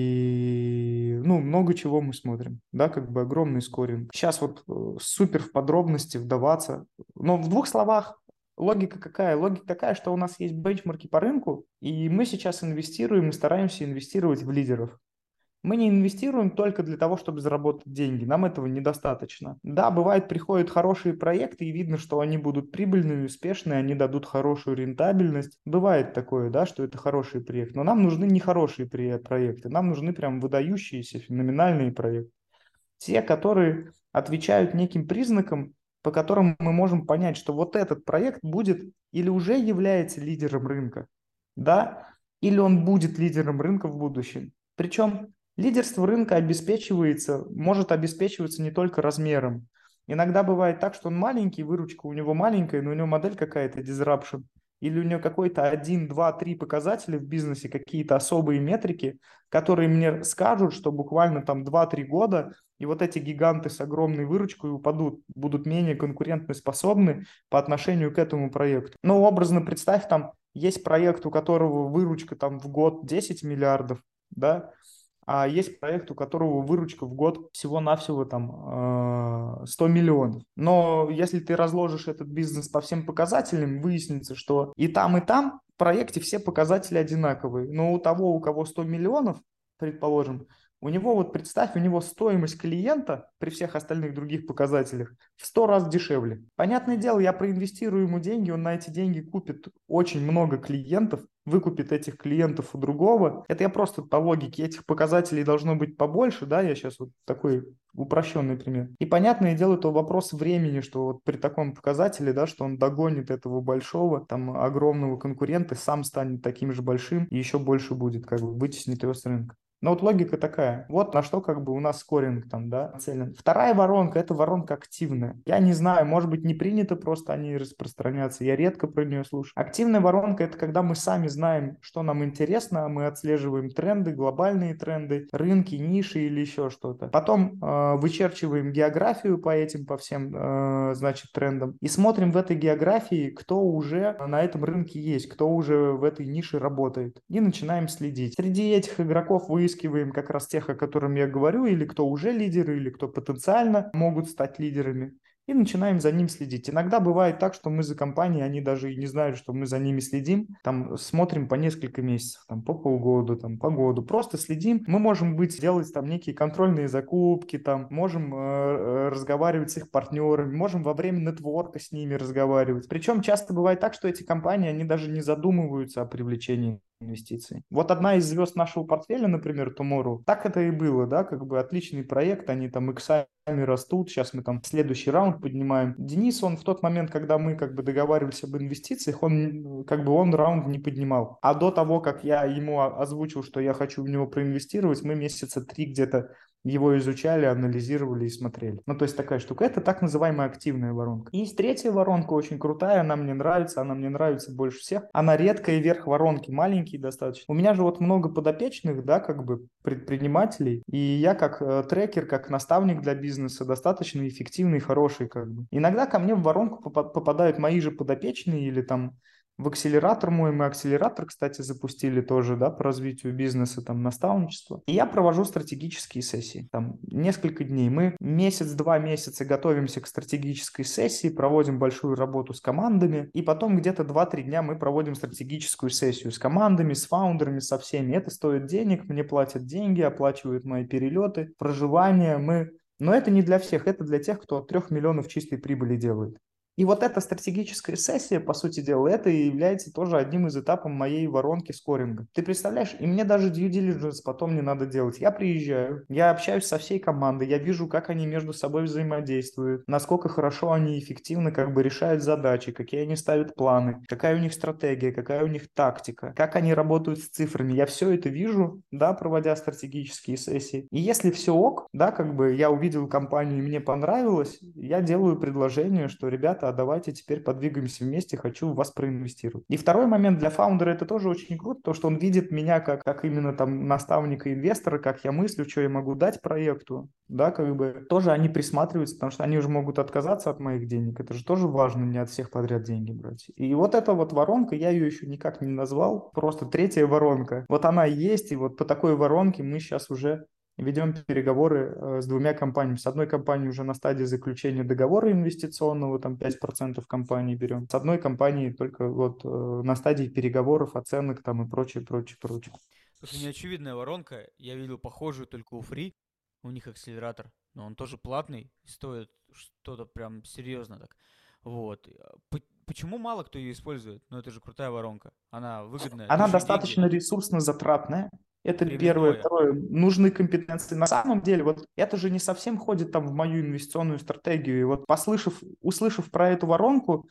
и, ну, много чего мы смотрим, да, как бы огромный скоринг. Сейчас вот супер в подробности вдаваться. Но в двух словах, логика какая? Логика такая, что у нас есть бенчмарки по рынку, и мы сейчас инвестируем и стараемся инвестировать в лидеров. Мы не инвестируем только для того, чтобы заработать деньги. Нам этого недостаточно. Да, бывает, приходят хорошие проекты, и видно, что они будут прибыльные, успешные, они дадут хорошую рентабельность. Бывает такое, да, что это хороший проект. Но нам нужны не хорошие проекты. Нам нужны прям выдающиеся, феноменальные проекты. Те, которые отвечают неким признакам, по которым мы можем понять, что вот этот проект будет или уже является лидером рынка, да, или он будет лидером рынка в будущем. Причем лидерство рынка может обеспечиваться не только размером. Иногда бывает так, что он маленький, выручка у него маленькая, но у него модель какая-то disruption, или у него какой-то 1, 2, 3 показателя в бизнесе, какие-то особые метрики, которые мне скажут, что буквально там 2-3 года и вот эти гиганты с огромной выручкой упадут, будут менее конкурентоспособны по отношению к этому проекту. Ну, образно представь, там есть проект, у которого выручка там в год 10 миллиардов, да, а есть проект, у которого выручка в год всего-навсего там 100 миллионов. Но если ты разложишь этот бизнес по всем показателям, выяснится, что и там в проекте все показатели одинаковые. Но у того, у кого 100 миллионов, предположим, у него, вот представь, у него стоимость клиента при всех остальных других показателях в 100 раз дешевле. Понятное дело, я проинвестирую ему деньги, он на эти деньги купит очень много клиентов, выкупит этих клиентов у другого. Это я просто по логике, этих показателей должно быть побольше, да, я сейчас вот такой упрощенный пример. И понятное дело, это вопрос времени, что вот при таком показателе, да, что он догонит этого большого, там, огромного конкурента, сам станет таким же большим и еще больше будет, как бы, вытеснит его с рынка. Но вот логика такая. Вот на что как бы у нас скоринг там, да, нацелен. Вторая воронка – это воронка активная. Я не знаю, может быть, не принято просто о ней распространяться. Я редко про нее слушаю. Активная воронка – это когда мы сами знаем, что нам интересно, мы отслеживаем тренды, глобальные тренды, рынки, ниши или еще что-то. Потом вычерчиваем географию по всем, значит, трендам и смотрим в этой географии, кто уже на этом рынке есть, кто уже в этой нише работает. И начинаем следить. Среди этих игроков выискиваем как раз тех, о которых я говорю, или кто уже лидеры, или кто потенциально могут стать лидерами. И начинаем за ним следить. Иногда бывает так, что мы за компанией, они даже и не знают, что мы за ними следим. Там смотрим по несколько месяцев, там по полгода, там по году. Просто следим. Мы можем делать там некие контрольные закупки, там можем разговаривать с их партнерами, можем во время нетворка с ними разговаривать. Причем часто бывает так, что эти компании, они даже не задумываются о привлечении инвестиций. Вот одна из звезд нашего портфеля, например, Tomorrow, так это и было, да, как бы отличный проект, они там иксами растут, сейчас мы там следующий раунд поднимаем. Денис, он в тот момент, когда мы как бы договаривались об инвестициях, он раунд не поднимал. А до того, как я ему озвучил, что я хочу в него проинвестировать, мы месяца 3 где-то его изучали, анализировали и смотрели. Ну, то есть такая штука. Это так называемая активная воронка. И есть третья воронка, очень крутая, она мне нравится больше всех. Она редкая, верх воронки, маленький достаточно. У меня же вот много подопечных, да, как бы предпринимателей, и я как трекер, как наставник для бизнеса достаточно эффективный, хороший как бы. Иногда ко мне в воронку попадают мои же подопечные или там в акселератор мы акселератор, кстати, запустили тоже, да, по развитию бизнеса, там, наставничество. И я провожу стратегические сессии, там, несколько дней. Мы месяц-два месяца готовимся к стратегической сессии, проводим большую работу с командами, и потом где-то 2-3 дня мы проводим стратегическую сессию с командами, с фаундерами, со всеми. Это стоит денег, мне платят деньги, оплачивают мои перелеты, проживание, Но это не для всех, это для тех, кто от 3 миллионов чистой прибыли делает. И вот эта стратегическая сессия, по сути дела, это и является тоже одним из этапов моей воронки скоринга. Ты представляешь, и мне даже due diligence потом не надо делать. Я приезжаю, я общаюсь со всей командой, я вижу, как они между собой взаимодействуют, насколько хорошо они эффективно как бы решают задачи, какие они ставят планы, какая у них стратегия, какая у них тактика, как они работают с цифрами. Я все это вижу, да, проводя стратегические сессии. И если все ок, да, как бы я увидел компанию и мне понравилось, я делаю предложение, что, ребята, а давайте теперь подвигаемся вместе, хочу в вас проинвестировать. И второй момент для фаундера это тоже очень круто, то, что он видит меня как именно там наставника инвестора, как я мыслю, что я могу дать проекту, да, как бы тоже они присматриваются, потому что они уже могут отказаться от моих денег, это же тоже важно, не от всех подряд деньги брать. И вот эта вот воронка, я ее еще никак не назвал, просто третья воронка, вот она и есть, и вот по такой воронке мы сейчас уже ведем переговоры с двумя компаниями. С одной компанией уже на стадии заключения договора инвестиционного, там 5% компании берем. С одной компанией только вот на стадии переговоров, оценок там и прочее, прочее, прочее. Слушай, неочевидная воронка. Я видел похожую только у Free. У них акселератор, но он тоже платный, стоит что-то прям серьезно так. Вот. Почему мало кто ее использует? Ну, это же крутая воронка. Она выгодная. Ты Она еще и деньги. достаточно ресурсно затратная. Это первое. Временное. Второе, нужны компетенции. На самом деле, вот это же не совсем входит там в мою инвестиционную стратегию. И вот услышав про эту воронку,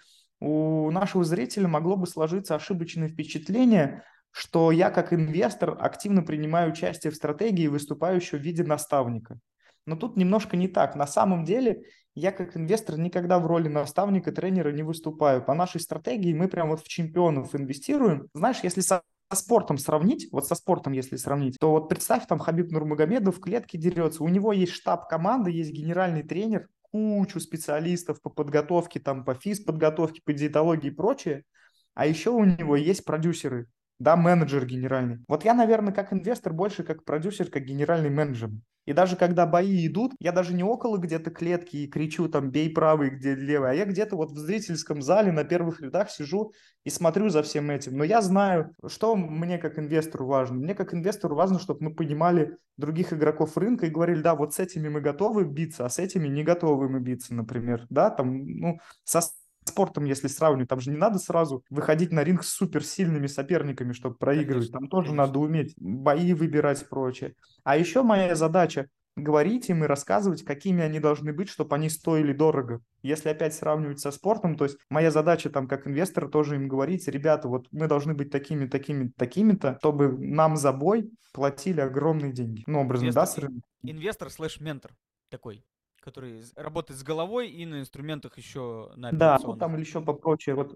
у нашего зрителя могло бы сложиться ошибочное впечатление, что я как инвестор активно принимаю участие в стратегии и выступаю еще в виде наставника. Но тут немножко не так. На самом деле я как инвестор никогда в роли наставника, тренера не выступаю. По нашей стратегии мы прям вот в чемпионов инвестируем. Знаешь, если со спортом сравнить, вот со спортом если сравнить, то вот представь, там Хабиб Нурмагомедов в клетке дерется, у него есть штаб команды, есть генеральный тренер, кучу специалистов по подготовке, там по физподготовке, по диетологии и прочее, а еще у него есть продюсеры, да, менеджер генеральный. Вот я, наверное, как инвестор больше как продюсер, как генеральный менеджер. И даже когда бои идут, я даже не около где-то клетки и кричу там бей правый, где левый, а я где-то вот в зрительском зале на первых рядах сижу и смотрю за всем этим. Но я знаю, что мне как инвестору важно. Мне как инвестору важно, чтобы мы понимали других игроков рынка и говорили, да, вот с этими мы готовы биться, а с этими не готовы мы биться, например. Да, там, ну, со спортом, если сравнивать, там же не надо сразу выходить на ринг с суперсильными соперниками, чтобы проигрывать. Конечно, Там тоже конечно. надо уметь бои выбирать и прочее. А еще моя задача говорить им и рассказывать, какими они должны быть, чтобы они стоили дорого. Если опять сравнивать со спортом, то есть моя задача там как инвестора тоже им говорить, ребята, вот мы должны быть такими, такими, такими-то, чтобы нам за бой платили огромные деньги. Ну, образно, да, Инвестор, с рынка. инвестор слэш ментор такой, который работает с головой и на инструментах еще на Да, ну там операционных. или еще попрочее. Вот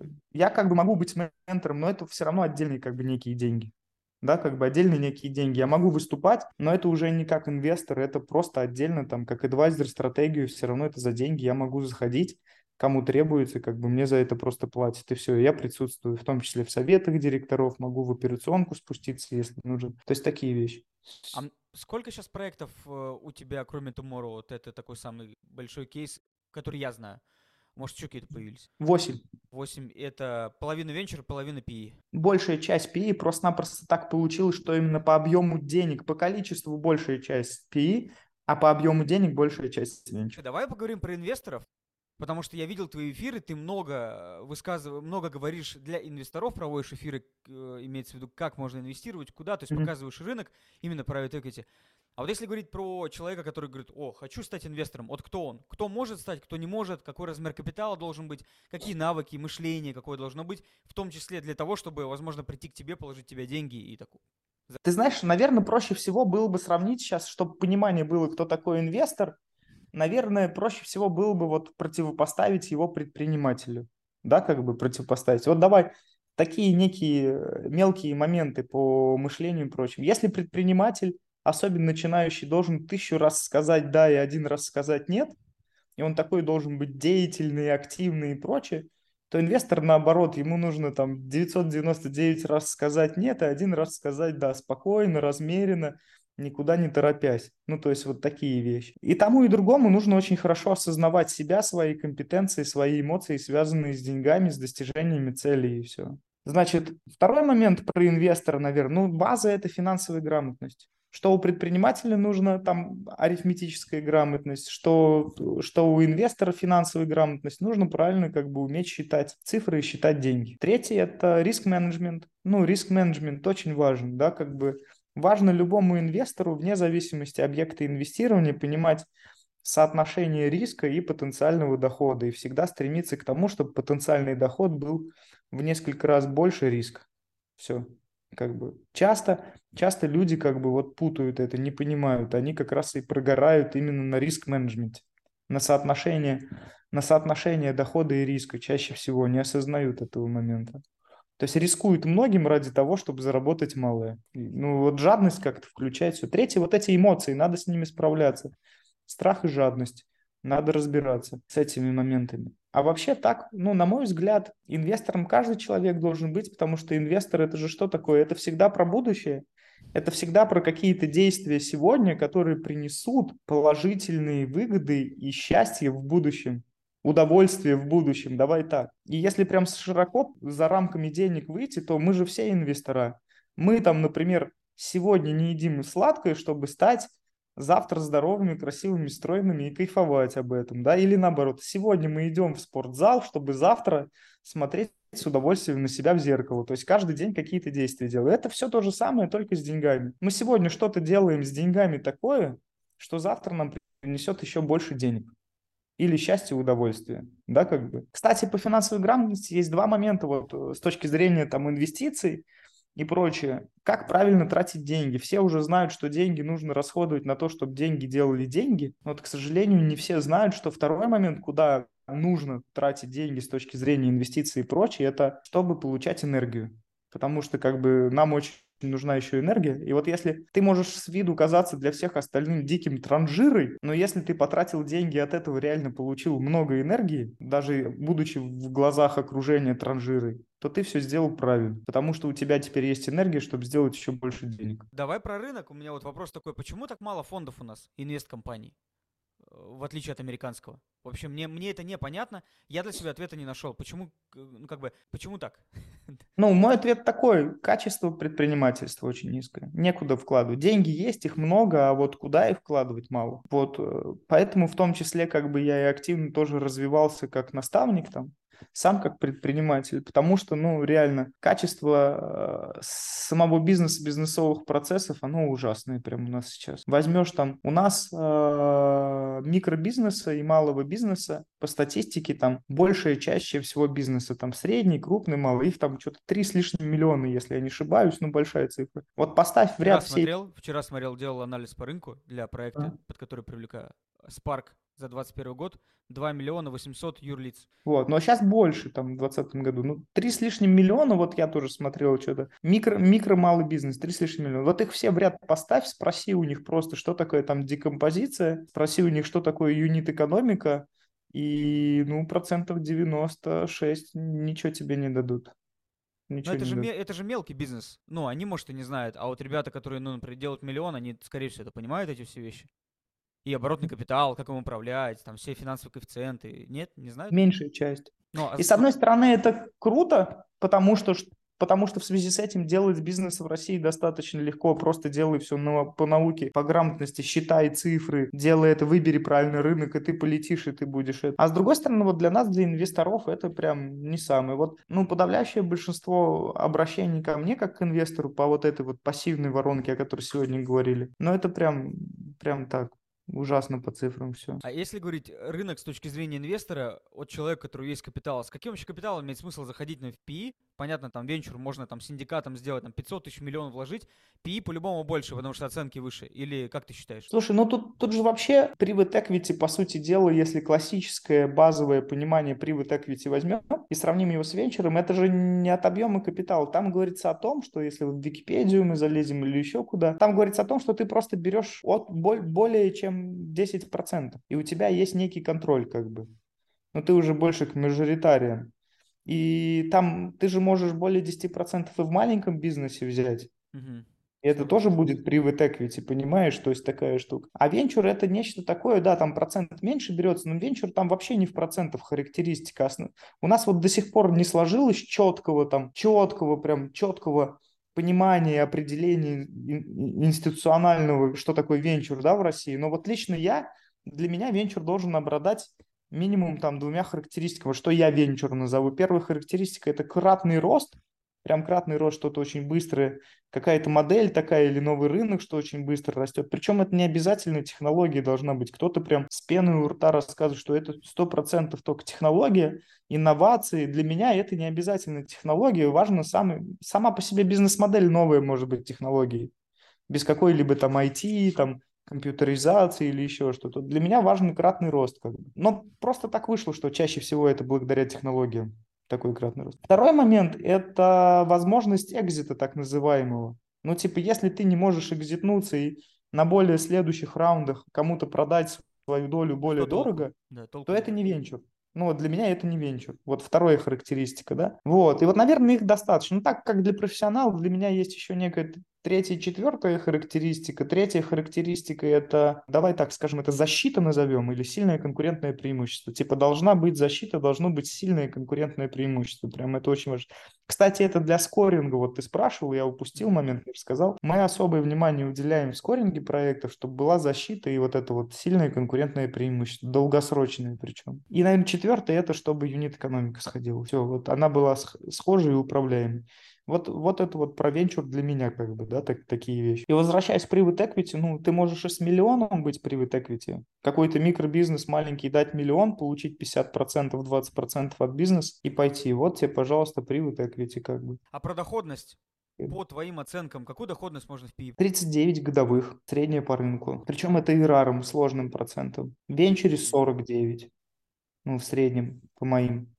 я как бы могу быть ментором, но это все равно отдельные как бы некие деньги. Да, как бы отдельные некие деньги. Я могу выступать, но это уже не как инвестор, это просто отдельно там как адвайзер стратегию, все равно это за деньги. Я могу заходить, кому требуется, как бы мне за это просто платят, и все. Я присутствую, в том числе в советах директоров, могу в операционку спуститься, если нужно. То есть такие вещи. Сколько сейчас проектов у тебя, кроме Tomorrow, вот это такой самый большой кейс, который я знаю? Может, еще какие-то появились? 8. 8 это половина венчур, половина PE. Большая часть PE просто-напросто так получилось, что именно по объему денег, по количеству большая часть PE, а по объему денег большая часть венчур. Давай поговорим про инвесторов, потому что я видел твои эфиры, ты много говоришь для инвесторов, проводишь эфиры, имеется в виду, как можно инвестировать, куда, то есть Мгм. показываешь рынок, именно private equity. А вот если говорить про человека, который говорит, о, хочу стать инвестором, вот кто он? Кто может стать, кто не может, какой размер капитала должен быть, какие навыки, мышление какое должно быть, в том числе для того, чтобы, возможно, прийти к тебе, положить тебе деньги и такую. Ты знаешь, наверное, проще всего было бы сравнить сейчас, чтобы понимание было, кто такой инвестор, наверное, проще всего было бы вот противопоставить его предпринимателю. Да, как бы противопоставить. Вот давай такие некие мелкие моменты по мышлению и прочим. Если предприниматель, особенно начинающий, должен 1000 раз сказать «да» и 1 раз сказать «нет», и он такой должен быть деятельный, активный и прочее, то инвестор, наоборот, ему нужно там 999 раз сказать «нет» и 1 раз сказать «да», спокойно, размеренно, никуда не торопясь. Ну, то есть вот такие вещи. И тому, и другому нужно очень хорошо осознавать себя, свои компетенции, свои эмоции, связанные с деньгами, с достижениями целей и все. Значит, второй момент про инвестора, наверное, ну, база – это финансовая грамотность. Что у предпринимателя нужно, там арифметическая грамотность, что у инвестора финансовая грамотность. Нужно правильно как бы уметь считать цифры и считать деньги. Третье – это риск-менеджмент. Ну, риск-менеджмент очень важен, да, как бы важно любому инвестору, вне зависимости объекта инвестирования, понимать соотношение риска и потенциального дохода, и всегда стремиться к тому, чтобы потенциальный доход был в несколько раз больше риска. Все. Как бы часто люди как бы вот путают это, не понимают. Они как раз и прогорают именно на риск-менеджменте, на соотношение дохода и риска. Чаще всего не осознают этого момента. То есть рискуют многим ради того, чтобы заработать малое. Ну вот жадность как-то включает все. Третье, вот эти эмоции, надо с ними справляться. Страх и жадность. Надо разбираться с этими моментами. А вообще так, ну, на мой взгляд, инвестором каждый человек должен быть, потому что инвестор это же что такое? Это всегда про будущее. Это всегда про какие-то действия сегодня, которые принесут положительные выгоды и счастье в будущем, удовольствие в будущем. Давай так. И если прям широко за рамками денег выйти, то мы же все инвестора. Мы там, например, сегодня не едим сладкое, чтобы стать завтра здоровыми, красивыми, стройными и кайфовать об этом, да, или наоборот, сегодня мы идем в спортзал, чтобы завтра смотреть с удовольствием на себя в зеркало, то есть каждый день какие-то действия делаю. Это все то же самое, только с деньгами. Мы сегодня что-то делаем с деньгами такое, что завтра нам принесет еще больше денег. Или счастье, удовольствие, да, как бы. Кстати, по финансовой грамотности есть два момента, вот, с точки зрения там инвестиций и прочее. Как правильно тратить деньги? Все уже знают, что деньги нужно расходовать на то, чтобы деньги делали деньги. Но вот, к сожалению, не все знают, что второй момент, куда нужно тратить деньги с точки зрения инвестиций и прочее, это чтобы получать энергию. Потому что как бы нам очень нужна еще энергия. И вот если ты можешь с виду казаться для всех остальным диким транжирой, но если ты потратил деньги и от этого реально получил много энергии, даже будучи в глазах окружения транжирой, то ты все сделал правильно, потому что у тебя теперь есть энергия, чтобы сделать еще больше денег. Давай про рынок. У меня вот вопрос такой. Почему так мало фондов у нас, инвесткомпаний, в отличие от американского? В общем, мне это непонятно. Я для себя ответа не нашел. Почему, ну как бы, почему так? Ну, мой ответ такой: качество предпринимательства очень низкое. Некуда вкладывать. Деньги есть, их много, а вот куда их вкладывать мало. Вот поэтому в том числе как бы я и активно тоже развивался как наставник там, сам как предприниматель, потому что, ну, реально, качество самого бизнеса, бизнесовых процессов, оно ужасное прямо у нас сейчас. Возьмешь там, у нас микробизнеса и малого бизнеса по статистике там большая чаще всего бизнеса, там средний, крупный, малый, их там что-то 3 с лишним миллиона, если я не ошибаюсь, ну, большая цифра. Вот поставь в ряд все... Вчера смотрел, делал анализ по рынку для проекта, под который привлекаю. Spark за 2021 год 2 миллиона 800 юрлиц. Вот, но сейчас больше, там, в 2020 году. Ну, 3 с лишним миллиона, вот я тоже смотрел что-то. Малый бизнес, 3 с лишним миллиона. Вот их все в ряд поставь, спроси у них просто, что такое там декомпозиция, спроси у них, что такое юнит-экономика, и, ну, 96% ничего тебе не дадут. Но Ничего не дадут. это же мелкий бизнес. Ну, они, может, и не знают. А вот ребята, которые, ну, например, делают миллион, они, скорее всего, это понимают, эти все вещи. И оборотный капитал, как им управлять, там все финансовые коэффициенты. Нет, не знают? Меньшая часть. Ну, И с одной стороны это круто, потому что в связи с этим делать бизнес в России достаточно легко. Просто делай все по науке, по грамотности, считай цифры, делай это, выбери правильный рынок, и ты полетишь, и ты будешь это. А с другой стороны, вот для нас, для инвесторов, это прям не самое. Вот, ну, подавляющее большинство обращений ко мне, как к инвестору, по вот этой вот пассивной воронке, о которой сегодня говорили, но это прям так. Ужасно по цифрам все. А если говорить рынок с точки зрения инвестора, от человека, у которого есть капитал, с каким вообще капиталом имеет смысл заходить на PE? Понятно, там венчур можно там синдикатом сделать, там 500 тысяч миллионов вложить. PE по-любому больше, потому что оценки выше. Или как ты считаешь? Слушай, ну тут же вообще private equity, по сути дела, если классическое базовое понимание private equity возьмем и сравним его с венчуром, это же не от объема капитала. Там говорится о том, что если в Википедию мы залезем или еще куда, там говорится о том, что ты просто берешь от более чем 10%, и у тебя есть некий контроль как бы. Но ты уже больше к мажоритариям. И там ты же можешь более 10% и в маленьком бизнесе взять. Угу. И это тоже будет private equity, понимаешь, то есть такая штука. А венчур это нечто такое, да, там процент меньше берется, но венчур там вообще не в процентах характеристика. У нас вот до сих пор не сложилось четкого, прям четкого понимание, определение институционального, что такое венчур, да, в России. Но вот лично для меня венчур должен обладать минимум там двумя характеристиками. Что я венчур назову? Первая характеристика – это кратный рост, прям кратный рост, что-то очень быстрое, какая-то модель такая или новый рынок, что очень быстро растет. Причем это не обязательно технология должна быть. Кто-то прям с пеной у рта рассказывает, что это 100% только технология, инновации. Для меня это не обязательно технология. Важно сама по себе бизнес-модель новая может быть технологией. Без какой-либо там IT, там компьютеризации или еще что-то. Для меня важен кратный рост. Как бы. Но просто так вышло, что чаще всего это благодаря технологиям. Такой кратный рост. Второй момент – это возможность экзита так называемого. Ну, типа, если ты не можешь экзитнуться и на более следующих раундах кому-то продать свою долю более Что толку? дорого, Да, то толку это нет. не венчур. Ну, вот для меня это не венчур. Вот вторая характеристика, да. Вот. И вот, наверное, их достаточно. Ну, так как для профессионалов, для меня есть еще некая третья и четвертая характеристика. Третья характеристика – это, давай так скажем, это защита назовем или сильное конкурентное преимущество. Типа должна быть защита, должно быть сильное конкурентное преимущество. Прям это очень важно. Кстати, это для скоринга. Вот ты спрашивал, я упустил момент, не рассказал. Мы особое внимание уделяем в скоринге проектов, чтобы была защита и вот это вот сильное конкурентное преимущество, долгосрочное причем. И, наверное, четвертое – это чтобы юнит-экономика сходила. Все, вот она была схожей и управляемой. Вот это вот про венчур для меня как бы, да, такие вещи. И возвращаясь к private equity, ну, ты можешь и с миллионом быть private equity. Какой-то микробизнес маленький дать миллион, получить 50%, 20% от бизнеса и пойти. Вот тебе, пожалуйста, private equity как бы. А про доходность? По твоим оценкам, какую доходность можно в PI? 39 годовых, средняя по рынку. Причем это и раром, сложным процентом. В венчуре Мгм. 49, ну, в среднем, по моим.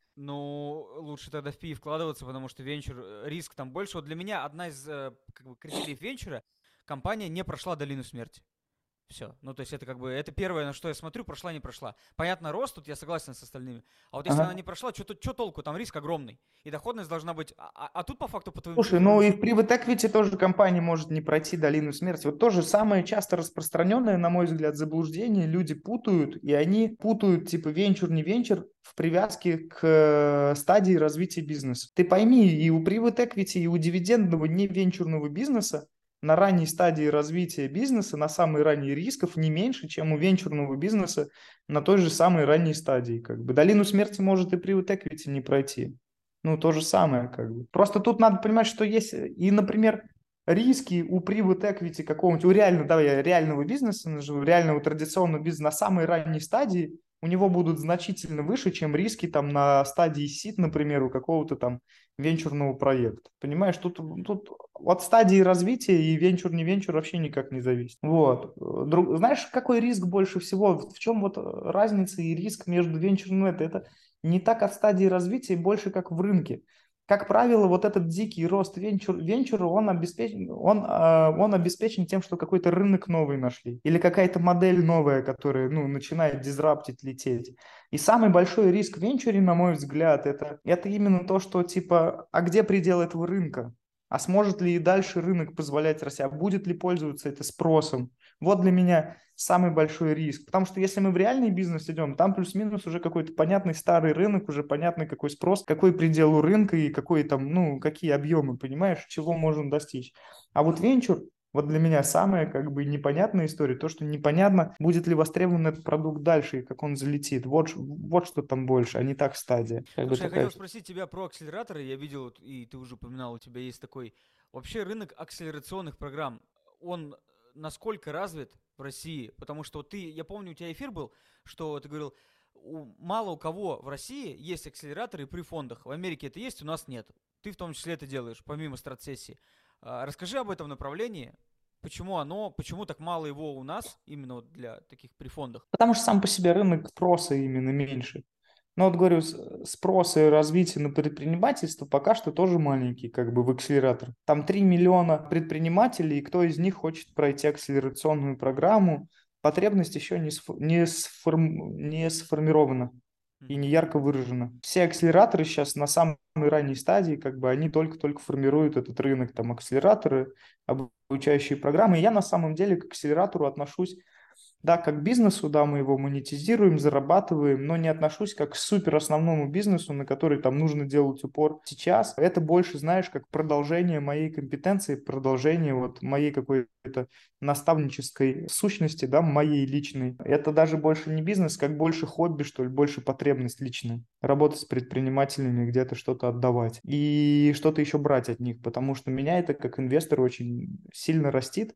Ну, лучше тогда в PI вкладываться, потому что венчур, риск там больше. Вот для меня одна из как бы, критериев венчура – компания не прошла долину смерти. Все. Ну, то есть это как бы, это первое, на что я смотрю, прошла, не прошла. Понятно, рост, тут я согласен с остальными. А вот если она Ага. не прошла, что толку? Там риск огромный. И доходность должна быть... А тут по факту, по твоим Слушай, ну цифрам... и в Private Equity тоже компания может не пройти долину смерти. Вот тоже самое часто распространенное, на мой взгляд, заблуждение. Люди путают, и они путают типа венчур, не венчур в привязке к стадии развития бизнеса. Ты пойми, и у Private Equity, и у дивидендного не венчурного бизнеса на ранней стадии развития бизнеса, на самой ранней рисков не меньше, чем у венчурного бизнеса на той же самой ранней стадии. Как бы. Долину смерти может и Private Equity не пройти. Ну, то же самое, как бы. Просто тут надо понимать, что есть и, например, риски у private equity какого-нибудь, у реального, давай, реального бизнеса, реального традиционного бизнеса на самой ранней стадии, у него будут значительно выше, чем риски там на стадии сид, например, у какого-то там венчурного проекта. Понимаешь, тут от стадии развития и венчур, не венчур вообще никак не зависит. Вот. Знаешь, какой риск больше всего? В чем вот разница и риск между венчурным? Это не так от стадии развития, больше как в рынке. Как правило, вот этот дикий рост венчура, он обеспечен тем, что какой-то рынок новый нашли. Или какая-то модель новая, которая ну, начинает дизраптить, лететь. И самый большой риск в венчуре, на мой взгляд, это именно то, что типа, а где предел этого рынка? А сможет ли и дальше рынок позволять расти? А будет ли пользоваться это спросом? Вот для меня самый большой риск. Потому что если мы в реальный бизнес идем, там плюс-минус уже какой-то понятный старый рынок, уже понятный какой спрос, какой предел у рынка и какой там, ну, какие объемы, понимаешь, чего можем достичь. А вот венчур, вот для меня самая как бы непонятная история, то, что непонятно, будет ли востребован этот продукт дальше и как он залетит. Вот что там больше, а не так стадия. Как бы Слушай, я такая. хотел спросить тебя про акселераторы. Я видел, и ты уже упоминал, у тебя есть такой... Вообще рынок акселерационных программ, он насколько развит в России? Потому что вот ты, я помню, у тебя эфир был, что ты говорил, мало у кого в России есть акселераторы при фондах. В Америке это есть, у нас нет. Ты в том числе это делаешь, помимо стратсессии. Расскажи об этом направлении. Почему так мало его у нас, именно вот для таких при фондах? Потому что сам по себе рынок спроса именно меньше. Но вот говорю, спрос и развитие на предпринимательство пока что тоже маленький, как бы в акселератор. Там 3 миллиона предпринимателей, и кто из них хочет пройти акселерационную программу, потребность еще не сформирована и Мгм. не ярко выражена. Все акселераторы сейчас на самой ранней стадии, как бы они только-только формируют этот рынок, там акселераторы, обучающие программы. И я на самом деле к акселератору отношусь Да, как к бизнесу, да, мы его монетизируем, зарабатываем, но не отношусь как к супер основному бизнесу, на который там нужно делать упор сейчас. Это больше, знаешь, как продолжение моей компетенции, продолжение вот моей какой-то наставнической сущности, да, моей личной. Это даже больше не бизнес, как больше хобби, что ли, больше потребность личная. Работать с предпринимателями, где-то что-то отдавать и что-то еще брать от них, потому что меня это как инвестор очень сильно растит.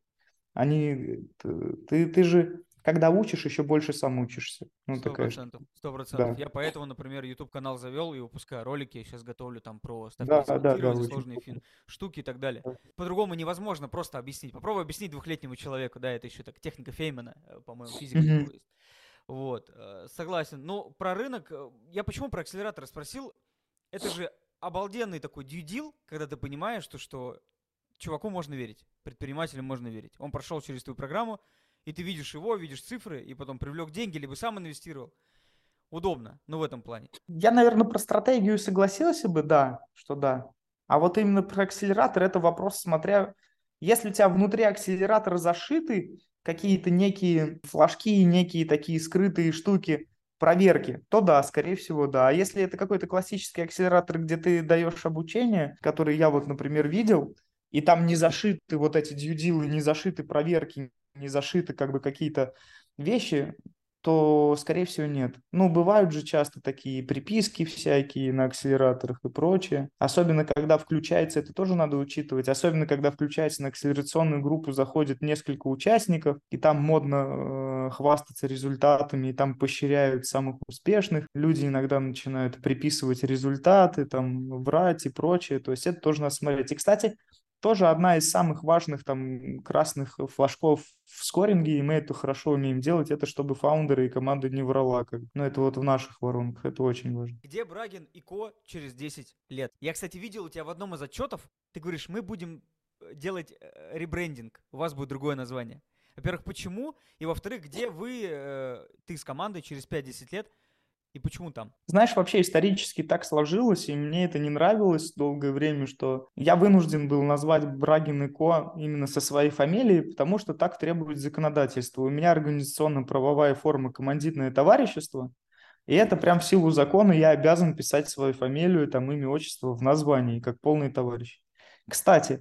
Ты же, когда учишь, еще больше сам учишься. Ну, Сто такая штука. процентов, 100%. Да, Я поэтому, например, YouTube канал завел и выпускаю ролики. Я сейчас готовлю там про да, ставки да, да, цементирования, очень сложные круто. штуки и так далее. Да. По-другому невозможно просто объяснить. Попробуй объяснить двухлетнему человеку, да, это еще так техника Феймана, по-моему, физика у Мгм. него есть. Вот, согласен. Ну, про рынок, я почему про акселератор спросил? Это же обалденный такой дьюдил, когда ты понимаешь, что чуваку можно верить, предпринимателю можно верить. Он прошел через твою программу, и ты видишь его, видишь цифры, и потом привлек деньги, либо сам инвестировал. Удобно, ну в этом плане. Я, наверное, про стратегию согласился бы, да, что да. А вот именно про акселератор это вопрос, смотря, если у тебя внутри акселератора зашиты какие-то некие флажки, некие такие скрытые штуки, проверки, то да, скорее всего, да. А если это какой-то классический акселератор, где ты даешь обучение, который я вот, например, видел, и там не зашиты вот эти дьюдилы, не зашиты проверки, не зашиты как бы какие-то вещи, то, скорее всего, нет. Ну, бывают же часто такие приписки всякие на акселераторах и прочее. Особенно, когда включается, это тоже надо учитывать, особенно, когда включается на акселерационную группу, заходит несколько участников, и там модно хвастаться результатами, и там поощряют самых успешных. Люди иногда начинают приписывать результаты, там, врать и прочее. То есть это тоже надо смотреть. И, кстати, тоже одна из самых важных там красных флажков в скоринге, и мы это хорошо умеем делать, это чтобы фаундеры и команда не врала. Ну, это вот в наших воронках, это очень важно. Где Брагин и Ко через 10 лет? Я, кстати, видел у тебя в одном из отчетов, ты говоришь, мы будем делать ребрендинг, у вас будет другое название. Во-первых, почему? И во-вторых, где вы, ты с командой через 5-10 лет, и почему там? Знаешь, вообще исторически так сложилось, и мне это не нравилось долгое время, что я вынужден был назвать Брагин и Ко именно со своей фамилией, потому что так требует законодательство. У меня организационно-правовая форма командитное товарищество, и это прям в силу закона я обязан писать свою фамилию, там, имя, отчество в названии, как полный товарищ. Кстати,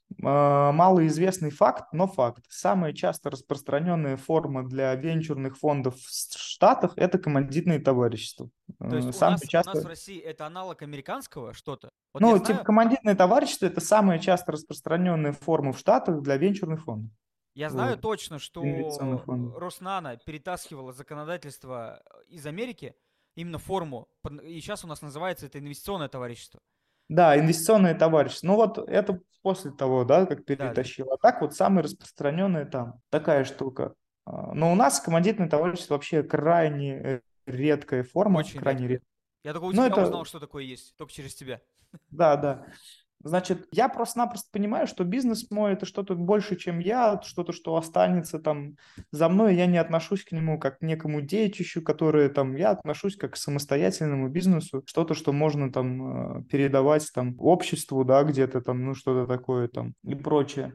малоизвестный факт, но факт. Самая часто распространенная форма для венчурных фондов в Штатах – это командитные товарищества. То есть Самое у нас в часто, России это аналог американского что-то? Вот я ну, типа знаю, командитное товарищество – это самая часто распространенная форма в Штатах для венчурных фондов. я знаю Вот, точно, инвестиционных что фондов. Роснано перетаскивало законодательство из Америки, именно форму, и сейчас у нас называется это инвестиционное товарищество. Да, инвестиционное товарищество. Ну вот это после того, да, как Да, да. перетащил. А так вот самое распространенное там такая штука. Но у нас командитное товарищество вообще крайне редкая форма, Очень крайне редко. редкая. Я только у Ну тебя это, узнал, что такое есть, только через тебя. да, да. Значит, я просто-напросто понимаю, что бизнес мой это что-то больше, чем я, что-то, что останется там за мной. Я не отношусь к нему как к некому детищу, которое там, я отношусь как к самостоятельному бизнесу, что-то, что можно там передавать там обществу, да, где-то там, ну, что-то такое там и прочее.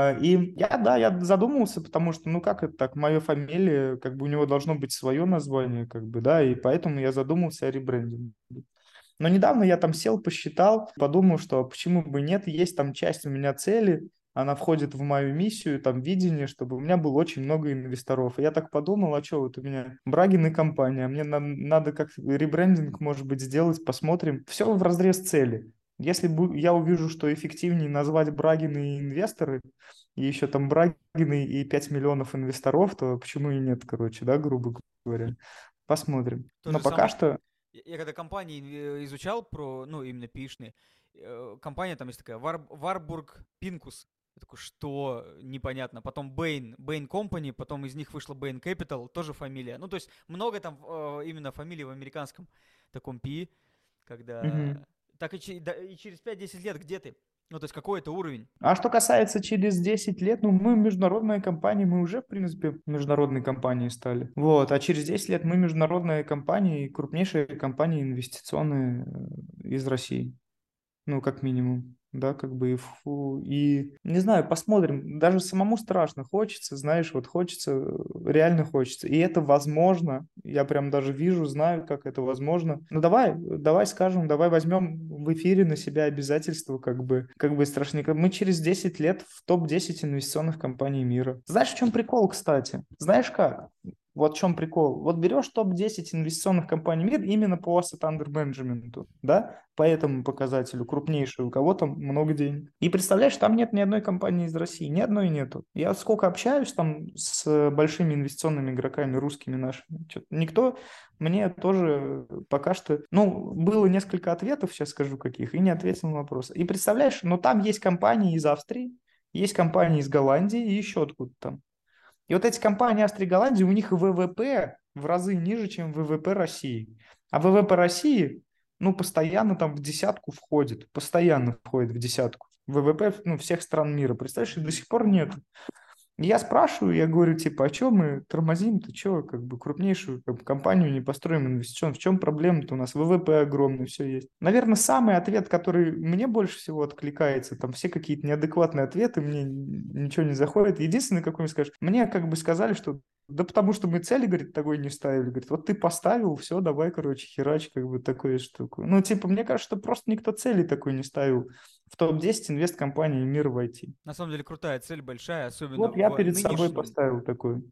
И я, да, я задумался, потому что, ну, как это так, моя фамилия, как бы у него должно быть свое название, как бы, да, и поэтому я задумался о ребрендинге. Но недавно я там сел, посчитал, подумал, что почему бы нет, есть там часть у меня цели, она входит в мою миссию, там видение, чтобы у меня было очень много инвесторов. И я так подумал, а что вот у меня Брагин и компания, мне надо как ребрендинг, может быть, сделать, посмотрим. Все в разрез цели. Если я увижу, что эффективнее назвать Брагины и инвесторы, и еще там Брагины и 5 миллионов инвесторов, то почему и нет, короче, да, грубо говоря. Посмотрим. То Но же пока самое, что я когда компании изучал про, ну, именно пишные, компания там есть такая, Warburg Pincus. Я такой, что? Непонятно. Потом Bain Company, потом из них вышла Bain Capital, тоже фамилия. Ну, то есть много там именно фамилий в американском таком PE, Мгм. когда... Так и, и через 5-10 лет где ты? Ну, то есть какой это уровень? А что касается через 10 лет, ну, мы международная компания, мы уже, в принципе, международной компанией стали. Вот, а через 10 лет мы международная компания и крупнейшая компания инвестиционная из России. Ну, как минимум. да, как бы и не знаю, посмотрим, даже самому страшно, хочется, знаешь, вот хочется, реально хочется, и это возможно, я прям даже вижу, знаю, как это возможно. Ну давай скажем, давай возьмем в эфире на себя обязательства, как бы страшненько. Мы через 10 лет в топ-10 инвестиционных компаний мира. Знаешь, в чем прикол, кстати? Знаешь как? Вот в чем прикол. Вот берешь топ-10 инвестиционных компаний мира именно по asset under management, да, по этому показателю, крупнейший, у кого там много денег. И представляешь, там нет ни одной компании из России, ни одной нету. Я сколько общаюсь там с большими инвестиционными игроками, русскими нашими, никто мне тоже пока что, ну, было несколько ответов, сейчас скажу каких, и не ответил на вопрос. И представляешь, но там есть компании из Австрии, есть компании из Голландии и еще откуда там. И вот эти компании Австрии и Голландии, у них ВВП в разы ниже, чем ВВП России. А ВВП России, ну, постоянно там в десятку входит, постоянно входит в десятку. ВВП, ну, всех стран мира. Представляешь, и до сих пор нет. Я спрашиваю, я говорю, типа, а что мы тормозим, ты что, как бы крупнейшую как бы, компанию не построим инвестиционную, в чем проблема-то у нас, ВВП огромный, все есть. Наверное, самый ответ, который мне больше всего откликается, там все какие-то неадекватные ответы, мне ничего не заходит. Единственное, какой мне скажешь, мне как бы сказали, что да потому что мы цели, говорит, такой не ставили. Говорит, вот ты поставил, все, давай, короче, херач, как бы такую штуку. Ну, типа, мне кажется, что просто никто цели такой не ставил в топ-10 инвесткомпаний мира в IT. На самом деле крутая цель, большая, особенно Вот я перед собой поставил такой.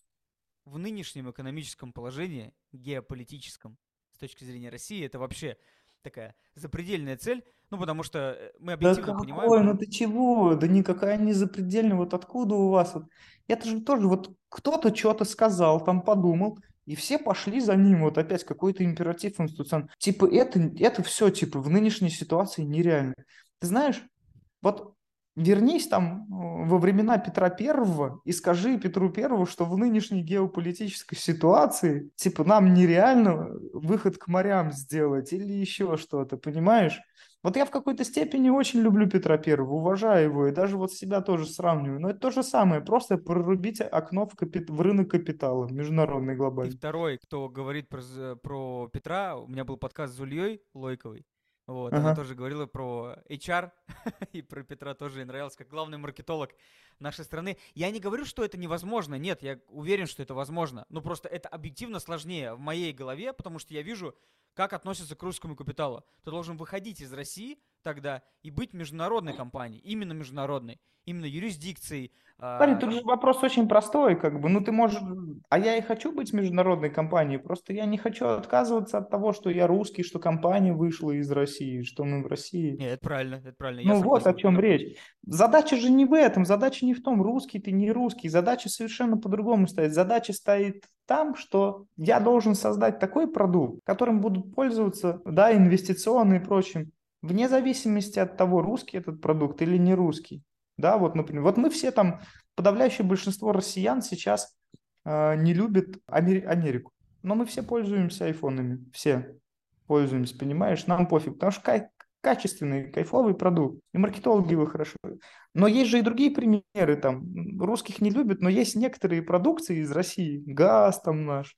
в нынешнем экономическом положении, геополитическом, с точки зрения России, это вообще такая запредельная цель, ну, потому что мы Да объективно понимаем. какой, ну ты чего? Да никакая не запредельная. Вот откуда у вас? Вот, это же тоже вот кто-то что-то сказал, там подумал, и все пошли за ним. Вот опять какой-то императив институциональный. Типа это все типа в нынешней ситуации нереально. Ты знаешь, вот вернись там во времена Петра Первого и скажи Петру Первому, что в нынешней геополитической ситуации, типа, нам нереально выход к морям сделать или еще что-то, понимаешь? Вот я в какой-то степени очень люблю Петра Первого, уважаю его, и даже вот себя тоже сравниваю. Но это то же самое, просто прорубить окно в рынок капитала, международный, Ты глобальный. второй, кто говорит про Петра. У меня был подкаст с Зульей Лойковой. Вот, она Ага. тоже говорила про HR, и про Петра тоже ей нравилось, как главный маркетолог нашей страны. Я не говорю, что это невозможно, нет, я уверен, что это возможно. Но просто это объективно сложнее в моей голове, потому что я вижу, как относятся к русскому капиталу. Ты должен выходить из России тогда и быть международной компанией, именно международной, именно юрисдикцией. Смотри, тут же вопрос очень простой, как бы, ну ты можешь, а я и хочу быть международной компанией, просто я не хочу отказываться от того, что я русский, что компания вышла из России, что мы в России. Нет, это правильно, я Ну вот о согласен. чем речь. Задача же не в этом, задача не в том, русский ты, не русский, задача совершенно по-другому стоит. Задача стоит там, что я должен создать такой продукт, которым будут пользоваться, да, инвестиционные и прочим, вне зависимости от того, русский этот продукт или не русский. Да, вот, например, вот мы все там, подавляющее большинство россиян сейчас не любят Америку, но мы все пользуемся айфонами, все пользуемся, понимаешь, нам пофиг, потому что качественный, кайфовый продукт, и маркетологи его хорошо. Но есть же и другие примеры, там, русских не любят, но есть некоторые продукции из России, газ там наш,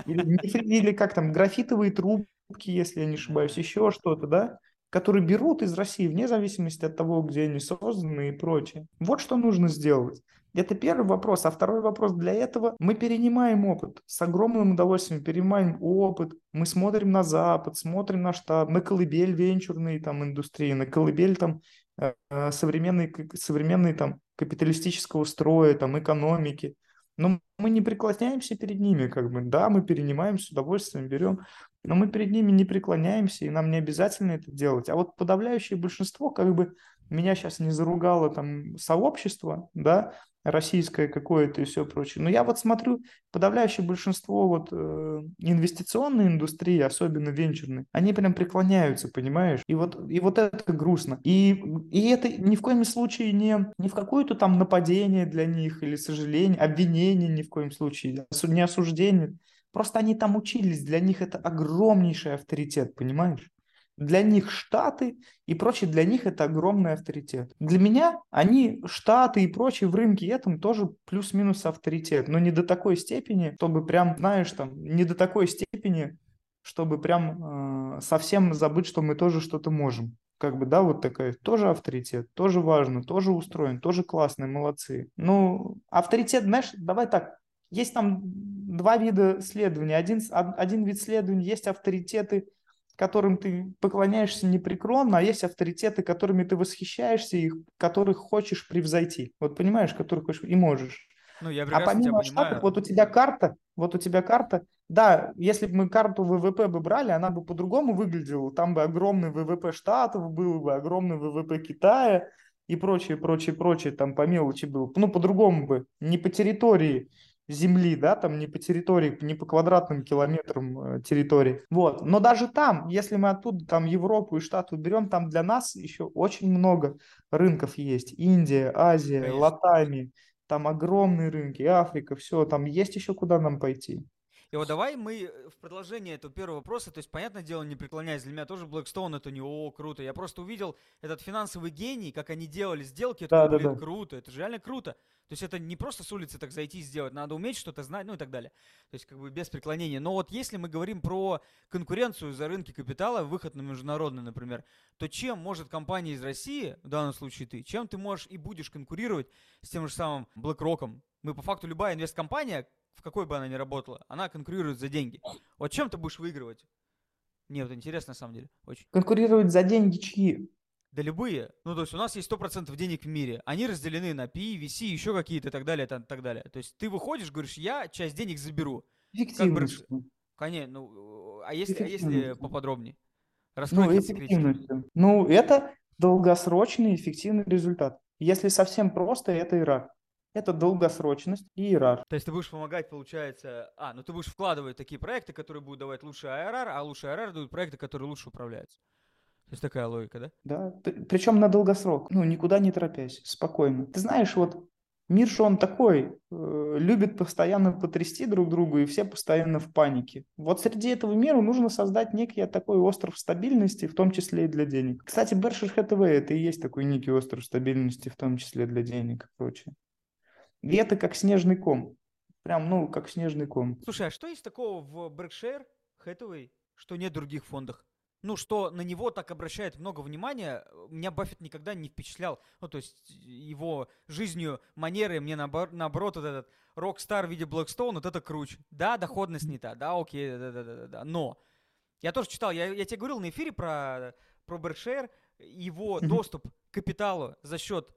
или как там, графитовые трубки, если я не ошибаюсь, Да. еще что-то, да, которые берут из России вне зависимости от того, где они созданы и прочее. Вот что нужно сделать. Это первый вопрос. А второй вопрос, для этого мы перенимаем опыт. С огромным удовольствием перенимаем опыт. Мы смотрим на Запад, смотрим на штат, на колыбель венчурной там, индустрии, на колыбель там, современной там, капиталистического строя, там, экономики. Но мы не преклоняемся перед ними. Как бы. Да, мы перенимаем с удовольствием, берем, но мы перед ними не преклоняемся, и нам не обязательно это делать. А вот подавляющее большинство, как бы меня сейчас не заругало там сообщество, да, российское какое-то и все прочее. Но я вот смотрю, подавляющее большинство вот инвестиционной индустрии, особенно венчурной, они прям преклоняются, понимаешь? И вот это грустно. И это ни в коем случае не в какое-то там нападение для них или сожаление, обвинение ни в коем случае, не осуждение. Просто они там учились, для них это огромнейший авторитет, понимаешь? Для них Штаты и прочее, для них это огромный авторитет. Для меня они, Штаты и прочее в рынке этом тоже плюс-минус авторитет, но не до такой степени, чтобы прям, знаешь, там, не до такой степени, чтобы прям совсем забыть, что мы тоже что-то можем. как бы, да, вот такая, тоже авторитет, тоже важно, тоже устроен, тоже классный, молодцы. Ну, авторитет, знаешь, давай так, есть там два вида следования. Один вид следования есть авторитеты, которым ты поклоняешься непреклонно, а есть авторитеты, которыми ты восхищаешься и которых хочешь превзойти. Вот понимаешь, которых хочешь и можешь. Ну, я А прекрасно тебя помимо Штатов, понимаю. вот у тебя карта, да, если бы мы карту ВВП бы брали, она бы по-другому выглядела, там бы огромный ВВП Штатов, был бы огромный ВВП Китая и прочее, прочее, прочее, там по мелочи было, ну, по-другому бы, не по территории Земли, да, там не по территории, не по квадратным километрам территории, вот, но даже там, если мы оттуда там Европу и Штаты уберем, там для нас еще очень много рынков есть, Индия, Азия, Конечно. Латами, там огромные рынки, Африка, все, там есть еще куда нам пойти. И вот давай мы в продолжение этого первого вопроса, то есть, понятное дело, не преклоняясь, для меня тоже Blackstone это не о, круто. Я просто увидел этот финансовый гений, как они делали сделки, я такой, Да, да, блин, да. круто, это же реально круто. То есть это не просто с улицы так зайти и сделать, надо уметь что-то знать, ну и так далее. То есть как бы без преклонения. Но вот если мы говорим про конкуренцию за рынки капитала, выход на международный, например, то чем может компания из России, в данном случае ты, чем ты можешь и будешь конкурировать с тем же самым BlackRock? Мы по факту любая инвесткомпания, в какой бы она ни работала, она конкурирует за деньги. Вот чем ты будешь выигрывать? Мне вот интересно, на самом деле, очень. Конкурировать за деньги чьи? Да любые. Ну, то есть у нас есть 100% денег в мире. Они разделены на PE, VC, еще какие-то и так далее, так далее. То есть ты выходишь, говоришь, я часть денег заберу. Как Беркш... Эффективностью. Конечно, ну, а если Эффективностью. поподробнее? Раскрой Ну, какие-то секретики. эффективностью. Ну, это долгосрочный эффективный результат. Если совсем просто, это ИРА. Это долгосрочность и ИРА. То есть ты будешь помогать, получается... ну ты будешь вкладывать такие проекты, которые будут давать лучший IRR, а лучший IRR дают проекты, которые лучше управляются. То есть такая логика, да? Да? Причем на долгосрок. Ну, никуда не торопясь, спокойно. Ты знаешь, вот мир же он такой, любит постоянно потрясти друг другу, и все постоянно в панике. Вот среди этого мира нужно создать некий такой остров стабильности, в том числе и для денег. Кстати, Berkshire Hathaway это и есть такой некий остров стабильности, в том числе для денег и прочее. И это как снежный ком. Прям, ну, как снежный ком. Слушай, а что есть такого в Berkshire Hathaway, что нет в других фондах? Ну, что на него так обращает много внимания, меня Баффет никогда не впечатлял. Ну, то есть его жизнью, манерой, мне наоборот вот этот рок-стар в виде Blackstone, вот это круче. Да, доходность не та, да, окей, да. Но я тоже читал, я тебе говорил на эфире про Berkshire, его доступ к капиталу за счет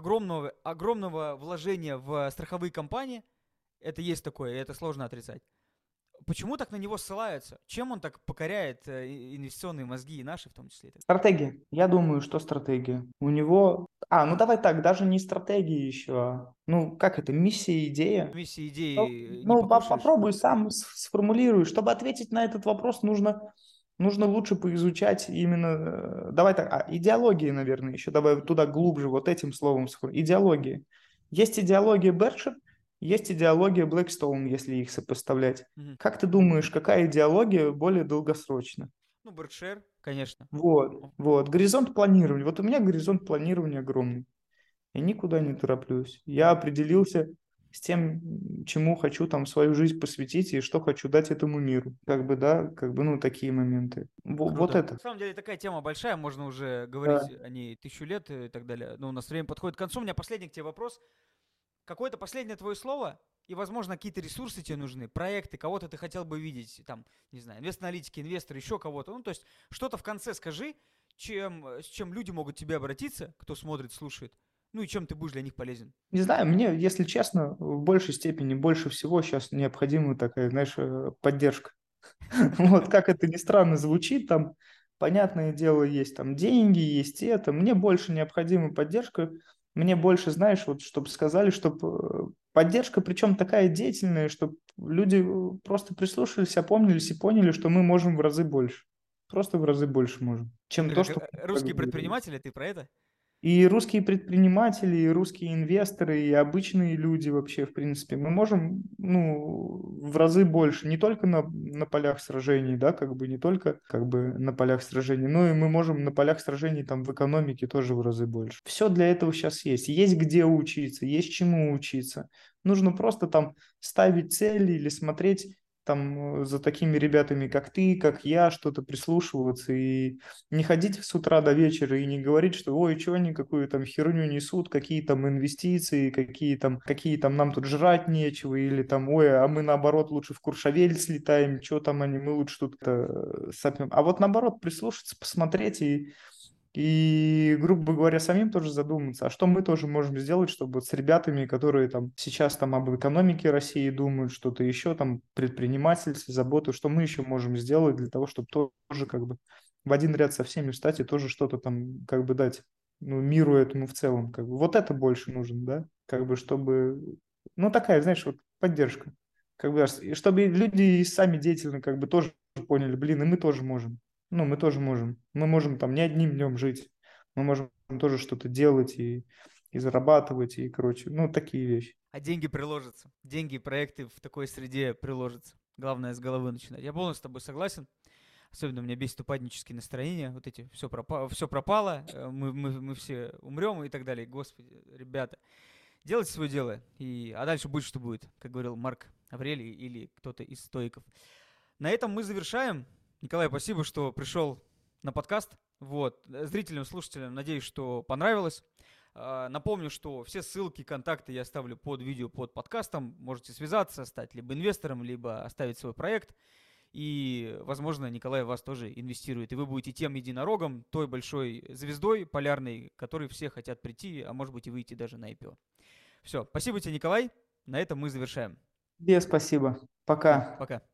огромного вложения в страховые компании, это есть такое, и это сложно отрицать. Почему так на него ссылаются? Чем он так покоряет инвестиционные мозги и наши в том числе? Стратегия. Я думаю, что стратегия. У него... ну давай так, даже не стратегия еще. Ну, как это, миссия, идея. Миссии Ну, идеи не ну, покушаешь? попробуй сам сформулируй. Чтобы ответить на этот вопрос, нужно лучше поизучать именно... Давай так, идеологии, наверное, еще давай туда глубже, вот этим словом. Идеология. Есть идеология Беркшир, есть идеология Blackstone, если их сопоставлять. Мгм. Как ты думаешь, какая идеология более долгосрочна? Ну, Berkshire, конечно. Вот. Горизонт планирования. Вот у меня горизонт планирования огромный. Я никуда не тороплюсь. Я определился с тем, чему хочу там свою жизнь посвятить и что хочу дать этому миру. Как бы, да, как бы, ну, такие моменты. Вот Круто. это. На самом деле такая тема большая, можно уже говорить Да. о ней 1000 лет и так далее. Но у нас время подходит к концу. У меня последний к тебе вопрос. Какое-то последнее твое слово, и, возможно, какие-то ресурсы тебе нужны, проекты, кого-то ты хотел бы видеть, там, не знаю, инвестор-аналитики, инвесторы, еще кого-то. Ну, то есть что-то в конце скажи, с чем люди могут к тебе обратиться, кто смотрит, слушает, ну и чем ты будешь для них полезен. Не знаю, мне, если честно, в большей степени, больше всего сейчас необходима такая, знаешь, поддержка. Вот как это ни странно звучит, там, понятное дело, есть там деньги, есть это. Мне больше необходима поддержка. Мне больше, знаешь, вот чтобы сказали, чтобы поддержка, причем такая деятельная, чтобы люди просто прислушались, опомнились и поняли, что мы можем в разы больше. Просто в разы больше можем, чем Это то, как что мы русские говорили. предприниматели, ты про это? И русские предприниматели, и русские инвесторы, и обычные люди вообще, в принципе, мы можем, ну, в разы больше, не только на полях сражений, да, как бы не только как бы на полях сражений, но и мы можем на полях сражений там в экономике тоже в разы больше. Все для этого сейчас есть. Есть где учиться, есть чему учиться. Нужно просто там ставить цели или смотреть там за такими ребятами, как ты, как я, что-то прислушиваться и не ходить с утра до вечера и не говорить, что ой, что они какую там херню несут, какие там инвестиции, какие там нам тут жрать нечего, или там, ой, а мы наоборот лучше в Куршавель слетаем, что там они, мы лучше тут сопнем. А вот наоборот прислушаться, посмотреть и, грубо говоря, самим тоже задуматься, а что мы тоже можем сделать, чтобы вот с ребятами, которые там сейчас там об экономике России думают, что-то еще, там, предпринимательство, заботу, что мы еще можем сделать для того, чтобы тоже как бы в один ряд со всеми встать и тоже что-то там как бы дать, ну, миру этому в целом. Как бы. Вот это больше нужно, да? Как бы чтобы, ну, такая, знаешь, вот поддержка. Как бы, и чтобы люди и сами деятельно как бы тоже поняли, блин, и мы тоже можем. Ну, мы тоже можем. Мы можем там не одним днем жить. Мы можем тоже что-то делать и зарабатывать, и, короче, ну, такие вещи. А деньги приложатся. Деньги и проекты в такой среде приложатся. Главное с головы начинать. Я полностью с тобой согласен. Особенно меня бесит упаднические настроения. Вот эти все пропало, мы все умрем и так далее. Господи, ребята, делайте свое дело. А дальше будет, что будет, как говорил Марк Аврелий или кто-то из стоиков. На этом мы завершаем. Николай, спасибо, что пришел на подкаст. Вот. Зрителям, слушателям, надеюсь, что понравилось. Напомню, что все ссылки, контакты я оставлю под видео, под подкастом. Можете связаться, стать либо инвестором, либо оставить свой проект. И, возможно, Николай в вас тоже инвестирует. И вы будете тем единорогом, той большой звездой полярной, к которой все хотят прийти, а может быть и выйти даже на IPO. Все, спасибо тебе, Николай. На этом мы завершаем. Тебе спасибо. Все, Пока. пока.